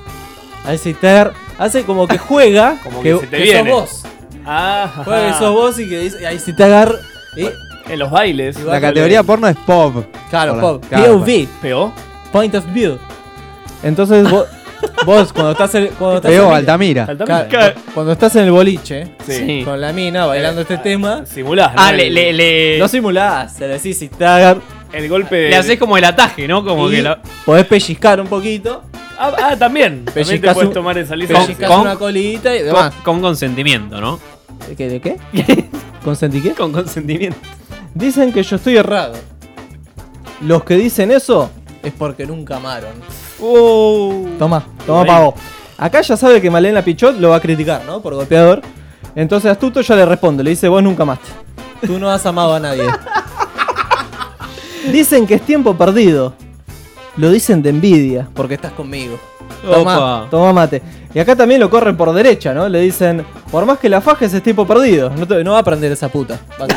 hace como que juega, Como que se te sos viene. vos. Ah, Juega que sos vos y que dice ahí Citagar y en los bailes. Igual La categoría porno es pop. claro, Hola. pop, Claro, POV, ¿Peó? point of view. Entonces vos cuando estás Pegó Altamira. Altamira. cuando estás en el boliche Sí. con la mina bailando este tema, Simulás, ¿no? Ah, El- no simulás, se le decís Citagar, El golpe de... Le haces como el ataje, ¿no? Como y que la... podés pellizcar un poquito. también. También te Pellizcás puedes un- tomar esa licencia. Pellizcás con- una colita y demás. con consentimiento, ¿no? ¿De qué? ¿Consentí qué? Con consentimiento. Dicen que yo estoy errado. Los que dicen eso es porque nunca amaron. Toma Ahí. pavo. Acá ya sabe que Malena Pichot lo va a criticar, ¿no? Por golpeador. Entonces Astuto ya le responde, le dice, vos nunca amaste. Tú no has amado a nadie. Dicen que es tiempo perdido. Lo dicen de envidia, porque estás conmigo. Opa. Toma mate. Y acá también lo corren por derecha, ¿no? Le dicen, por más que la fajes es tiempo perdido. No va a aprender esa puta.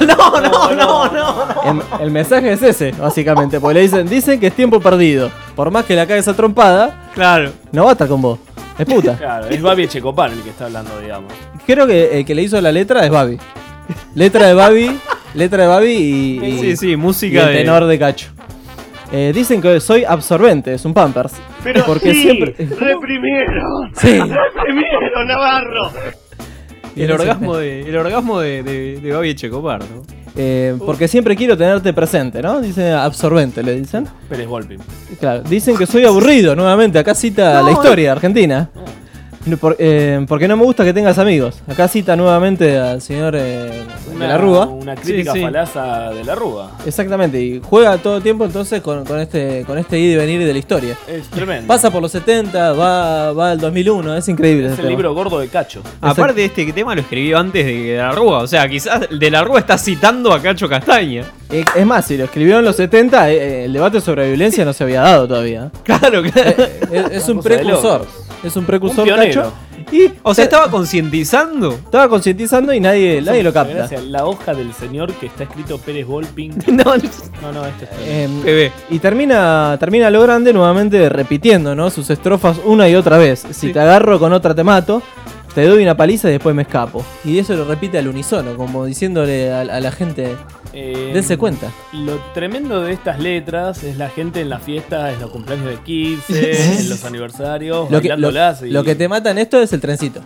No. El mensaje es ese, básicamente. Porque le dicen que es tiempo perdido. Por más que la cagues a trompada, Claro. no va a estar con vos. Es puta. Claro, es Babi Echecopar el que está hablando, digamos. Creo que el que le hizo la letra es Babi. Letra de Babi y Sí, y música el de... tenor de Cacho. Dicen que soy absorbente, es un Pampers. Pero porque sí, siempre. reprimieron. Sí. Reprimieron, Navarro. El orgasmo de Babi Echecopar, ¿no? Porque siempre quiero tenerte presente, ¿no? Dice absorbente, le dicen. Pérez Volpi. Claro, dicen que soy aburrido, nuevamente. Acá cita la historia de Argentina. Porque no me gusta que tengas amigos. Acá cita nuevamente al señor de la Rúa. Una crítica falaza de la Rúa. Exactamente, y juega todo el tiempo entonces con este ir y venir de la historia. Es tremendo. Pasa por los 70, va al 2001, es increíble. Es el libro gordo de Cacho. Aparte, este tema lo escribió antes de la Rúa. O sea, quizás de la Rúa está citando a Cacho Castaña. Es más, si lo escribió en los 70, el debate sobre violencia no se había dado todavía. Claro. Es un precursor. Es un precursor, Cacho. O sea, estaba concientizando. Estaba concientizando y nadie lo capta. Gracias. La hoja del señor que está escrito Pérez Volping. No, este y termina a lo grande nuevamente repitiendo, ¿no? Sus estrofas una y otra vez. Si te agarro con otra te mato, te doy una paliza y después me escapo. Y eso lo repite al unísono, como diciéndole a la gente, dense cuenta. Lo tremendo de estas letras es la gente en las fiestas, en los cumpleaños de 15, en los aniversarios, bailándolas. Lo que te mata en esto es el trencito.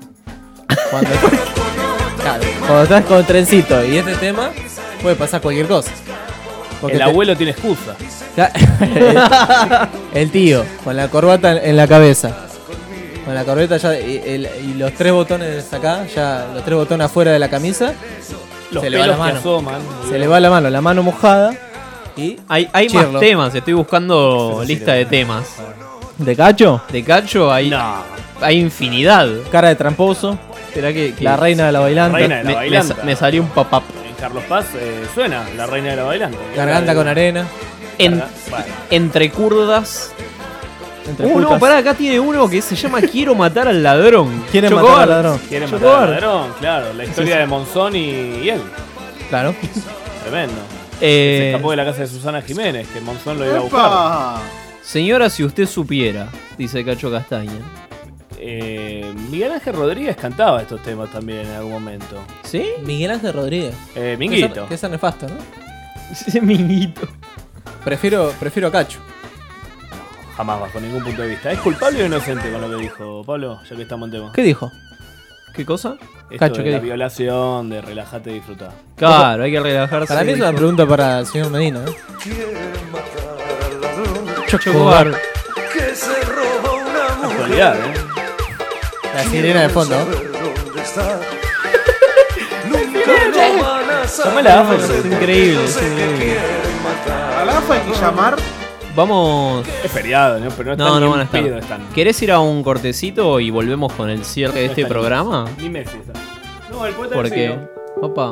Cuando estás con trencito y este tema, puede pasar cualquier cosa. El abuelo tiene excusa. El tío, con la corbata en la cabeza. Con la corbata ya y los 3 botones acá, ya los 3 botones afuera de la camisa. Se le va la mano. Se le va la mano mojada. Y hay más temas, estoy buscando lista de temas. ¿De Cacho? De Cacho hay infinidad. Cara de tramposo. ¿Será que la reina de la bailanta? Me salió un pop-up. En Carlos Paz suena la reina de la bailanta. Garganta con arena. Entre kurdas. No, pará, acá tiene uno que se llama Quiero matar al ladrón. ¿Quiere matar al ladrón? Quiere matar al ladrón, claro. La historia de Monzón y él. Claro. Tremendo. Se escapó de la casa de Susana Jiménez, que Monzón lo iba a buscar. Señora, si usted supiera, dice Cacho Castaña. Miguel Ángel Rodríguez cantaba estos temas también en algún momento. ¿Sí? Miguel Ángel Rodríguez. Minguito. Que es nefasto, ¿no? Ese Minguito. Prefiero a Cacho. Jamás bajo ningún punto de vista. ¿Es culpable o inocente con lo que dijo Pablo? Ya que estamos en tema. ¿Qué dijo? ¿Qué cosa? Esto Cacho, de ¿qué la dijo? violación, de relajate y disfrutar. Claro, hay que relajarse. Para mí es una pregunta para el señor Medina, ¿eh? Chocobar. Que se roba una mujer. Actualidad, La sirena de fondo. Llamé la AFA, es increíble. A la AFA hay que llamar. Vamos. Es feriado, ¿no? Pero no van a estar. están. ¿Querés ir a un cortecito y volvemos con el cierre de este programa? Ni Messi está. No, el poeta ¿Por del qué? siglo. Opa.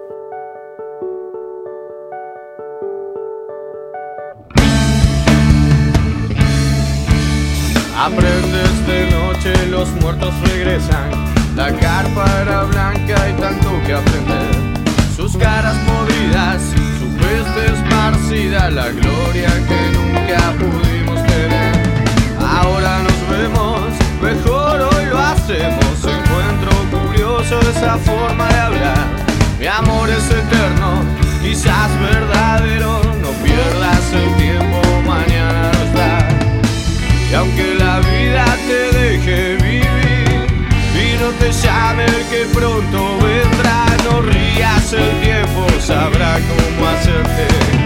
Aprendes de noche, los muertos regresan. La carpa era blanca y tanto que aprender. Sus caras podridas, su peste esparcida, la gloria que nunca pudimos tener. Ahora nos vemos, mejor hoy lo hacemos. Encuentro curioso esa forma de hablar. Mi amor es eterno, quizás verdadero. No pierdas el tiempo, mañana no está. Y aunque la vida te deje vivir y no te llame el que pronto vendrá, no rías, el tiempo sabrá cómo hacerte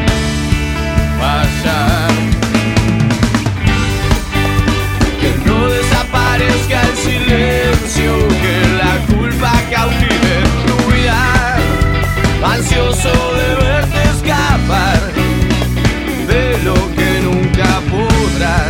pasar. Que no desaparezca el silencio, que la culpa cautive tu vida, ansioso de verte escapar de lo que nunca podrás.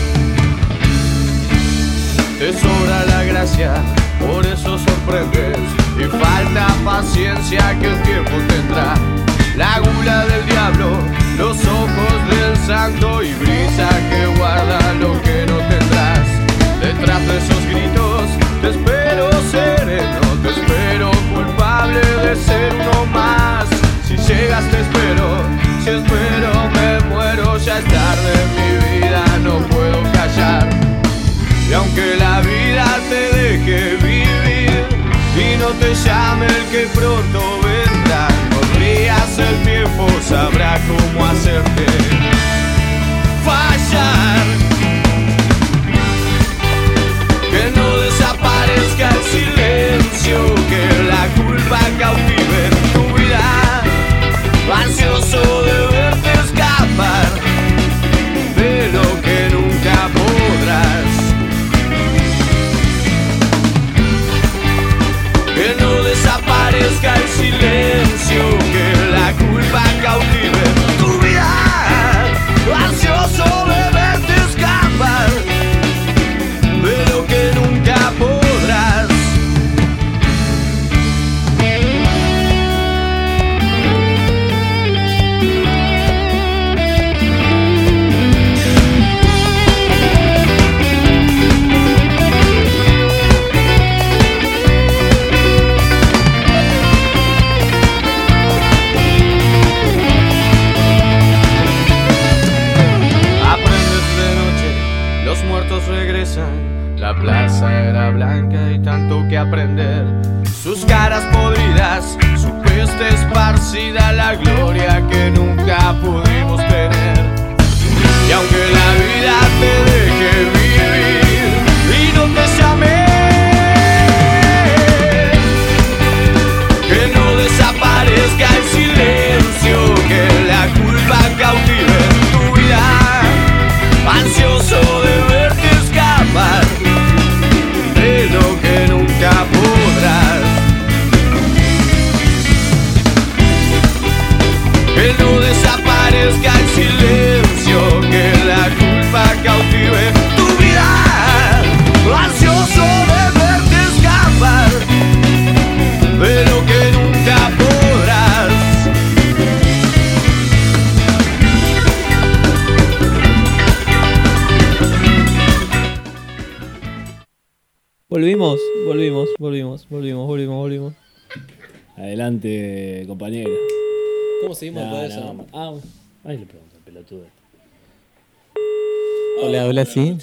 Te sobra la gracia, por eso sorprendes y falta paciencia que el tiempo tendrá. La gula del diablo, los ojos del santo y brisa que guarda lo que no tendrás. Detrás de esos gritos te espero sereno, te espero culpable de ser uno más. Si llegas te espero, si espero me muero, ya es tarde en mi vida, no puedo callar. Y aunque la vida te deje vivir y no te llame el que pronto vendrá, no rías, el tiempo sabrá cómo hacerte fallar. Que no desaparezca el silencio, que la culpa cautive tu vida, ansioso de verte escapar de lo que nunca podrás. aprender. Sus caras podridas, su peste esparcida, la gloria que nunca pudimos tener. Y aunque la vida te deje vivir y no te llame, que no desaparezca el silencio, que la culpa cautive tu vida, ansioso de verte escapar de lo que nunca podrás. Que no desaparezca el silencio, que la culpa cautive tu vida, ansioso de verte escapar de lo que nunca podrás. Volvimos. Adelante, compañero. ¿Cómo seguimos todo eso? Ahí le pregunto, pelotudo. Hola, sí.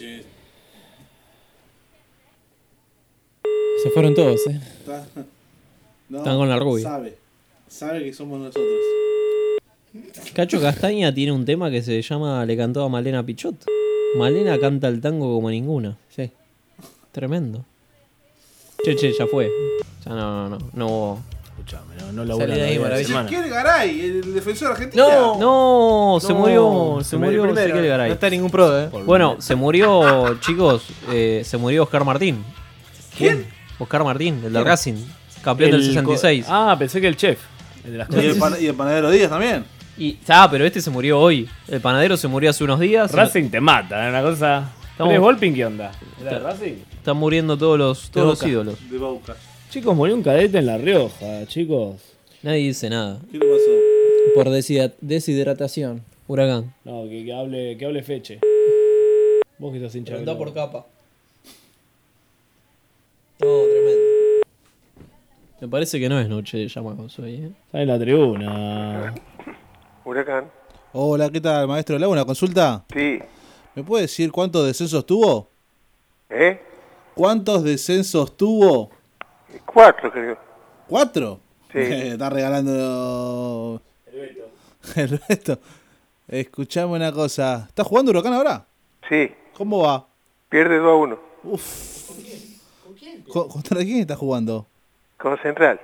Se fueron todos, Están con la rubia. Sabe que somos nosotros. Cacho Castaña tiene un tema que se llama Le cantó a Malena Pichot. Malena canta el tango como ninguna. Sí. Tremendo. Che, ya fue. Ya no. Escuchame, no labura. Salí de ahí, maravilloso. Ezequiel Garay, el defensor argentino. No, se murió Ezequiel Garay. No está ningún pro, Bueno, se murió, chicos, se murió Oscar Martín. ¿Quién? Oscar Martín, el de Racing, campeón del 66. Pensé que el chef. El de las Y el panadero Díaz también. Pero este se murió hoy. El panadero se murió hace unos días. Racing te mata, una cosa. ¿Pérez Volpin qué onda? ¿Era de Racing? Están muriendo todos los ídolos. De Boca. Chicos, murió un cadete en La Rioja, chicos. Nadie dice nada. ¿Qué le pasó? Por deshidratación. Huracán. No, que hable Feche. Vos que estás hinchado. Preguntá por capa. No, tremendo. Me parece que no es noche de llamados hoy, Está en la tribuna. Huracán. Hola, ¿qué tal, maestro? ¿Le hago una consulta? Sí. ¿Me puede decir cuántos descensos tuvo? ¿Cuántos descensos tuvo? 4, creo. ¿4? Sí. Está regalando el resto. Escuchame una cosa. ¿Está jugando Huracán ahora? Sí. ¿Cómo va? Pierde 2-1. Uf. ¿Con quién? ¿Contra quién está jugando? Con Central.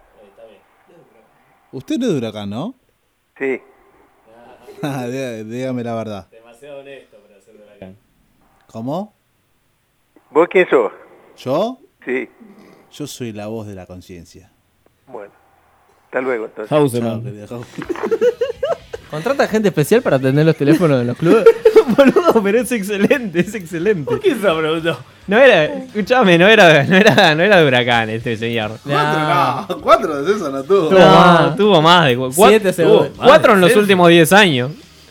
Usted no es de Huracán, ¿no? Sí. Dígame la verdad. Demasiado honesto para ser de Huracán. ¿Cómo? ¿Vos quién sos? ¿Yo? Sí. Yo soy la voz de la conciencia. Bueno. Hasta luego, entonces. Hauserman. ¿Contrata gente especial para atender los teléfonos de los clubes? Boludo, pero es excelente. ¿Por qué se preguntó? No era de Huracán este señor. 4 de eso no tuvo. Tuvo más de 7 4 en los últimos 10 años.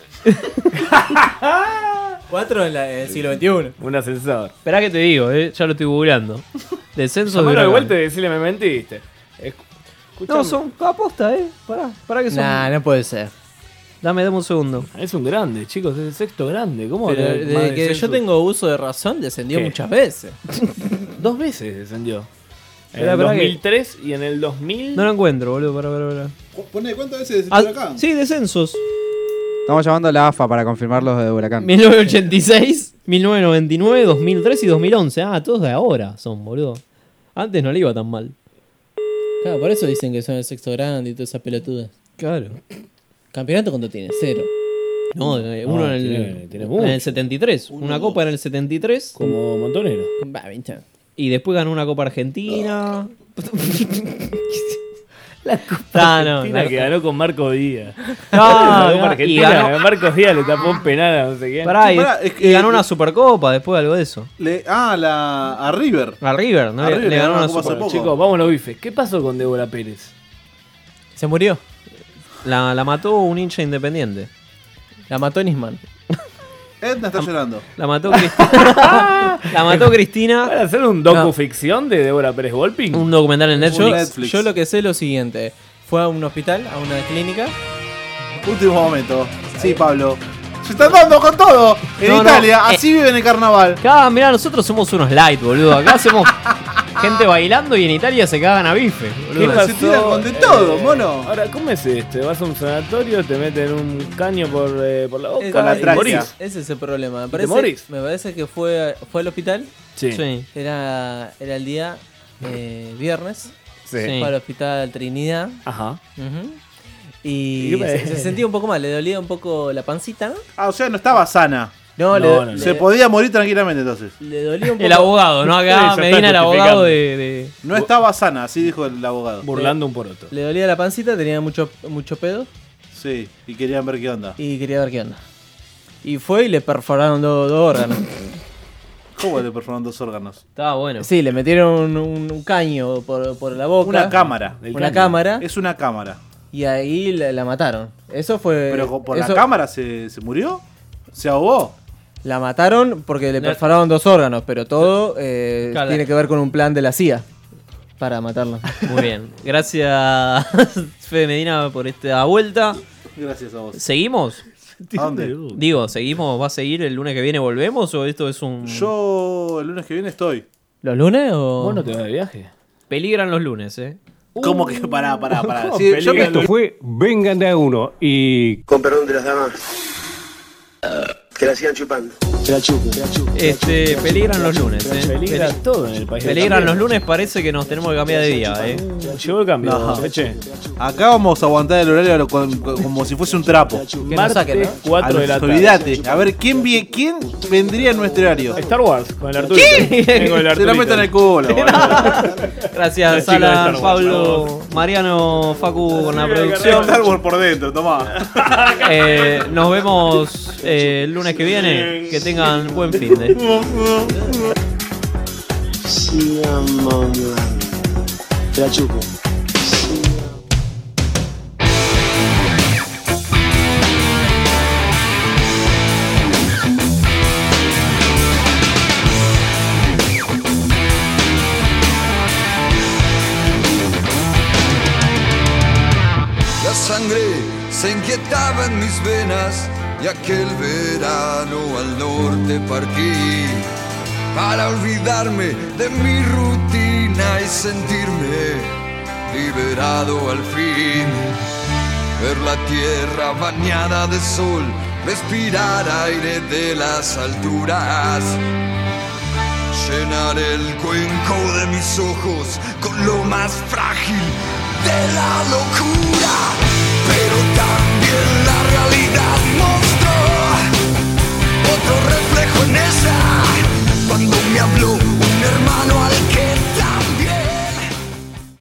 4 en el siglo XXI. Un ascensor. Esperá que te digo, ya lo estoy googleando. Descenso de Llamalo de Huracán. vuelta y decirle me mentiste. No, son aposta, Pará que son. No puede ser. Dame un segundo. Es un grande, chicos, es el sexto grande. ¿Cómo? Pero desde que yo tengo uso de razón, descendió muchas veces. 2 veces descendió. En Esperá, el esperá 2003 y en el 2000. No lo encuentro, boludo. Pará. Pone, ¿cuántas veces descendió Huracán? Sí, descensos. Estamos llamando a la AFA para confirmar los de Huracán. 1986, 1999, 2003 y 2011. Todos de ahora son, boludo. Antes no le iba tan mal. Claro, por eso dicen que son el sexto grande y todas esas pelotudas. Claro. ¿Campeonato cuánto tiene? 0. No, uno en el 73. Una copa en el 73. Como Montonero. Y después ganó una copa argentina. La copa Argentina que ganó con Marcos Díaz. No, Copa Argentina, y ganó- Marcos Díaz le tapó un penal a no sé quién. Pará, y ganó una supercopa después algo de eso. A River. A River, ¿no? A River le ganó una copa hace super. poco. Chicos, vamos a los bifes. ¿Qué pasó con Débora Pérez? Se murió. La mató un hincha independiente. La mató Nisman. Edna está llorando. La mató Cristina. La mató Cristina. ¿Van a hacer un docuficción de Débora Pérez Volpin? Un documental en Netflix. Yo lo que sé es lo siguiente. Fue a un hospital, a una clínica. Último momento. Sí, Pablo. Se están dando con todo. En No, Italia, no, así viven el carnaval. Acá, mirá, nosotros somos unos light, boludo. Acá hacemos. Gente bailando y en Italia se cagan a bife. Se tiran con de todo, mono. Ahora, ¿cómo es esto? Vas a un sanatorio, te meten un caño por la boca Con la y tráquea. morís. Ese es el problema. ¿Te morís? Me parece que fue al hospital. Sí. Era el día viernes. Sí. Fue al hospital Trinidad. Ajá. Y se sentía un poco mal, le dolía un poco la pancita, ¿no? Ah, o sea, no estaba sana. No, se podía morir tranquilamente entonces. Le dolía un poco. El abogado, ¿no? Acá Medina, el abogado de... No estaba sana, así dijo el abogado. Burlando un poroto. Le dolía la pancita, tenía mucho pedo. Sí, y querían ver qué onda. Y fue y le perforaron dos órganos. ¿Cómo le perforaron 2 órganos? Estaba bueno. Sí, le metieron un caño por la boca. Una cámara. Cámara. Es una cámara. Y ahí la mataron. Eso fue... ¿Pero por la cámara se murió? ¿Se ahogó? La mataron porque le perforaron 2 órganos, pero todo tiene que ver con un plan de la CIA para matarla. Muy bien. Gracias, Fede Medina, por esta vuelta. Gracias a vos. ¿Seguimos? ¿A dónde? Digo, ¿seguimos? ¿Va a seguir el lunes que viene? ¿Volvemos o esto es un...? Yo el lunes que viene estoy. ¿Los lunes o...? ¿Vos no te vas de viaje? Peligran los lunes, ¿Cómo que? Pará. Sí, Esto fue Vengan de a uno y... Con perdón de las damas. Que la sigan chupando. Que la chupen. Peligran los lunes, Peligra todo en el país. Peligran los lunes, parece que nos tenemos que cambiar de día, Llegó el cambio, No. Feche. Acá vamos a aguantar el horario como si fuese un trapo. Martes, 4 de la tarde. Olvídate. A ver, ¿quién vendría en nuestro horario? Star Wars, con el Arturito. Vengo el Se Arturito. la metan en el culo. Gracias, Sala, Pablo, Mariano, Facu con la producción. Star Wars por dentro, tomá. Nos vemos el lunes que viene. Que tengan buen fin de. Que la chupen. La sangre se inquietaba en mis venas y aquel verano al norte partí para olvidarme de mi rutina y sentirme liberado al fin. Ver la tierra bañada de sol, respirar aire de las alturas, llenar el cuenco de mis ojos con lo más frágil de la locura, pero también la realidad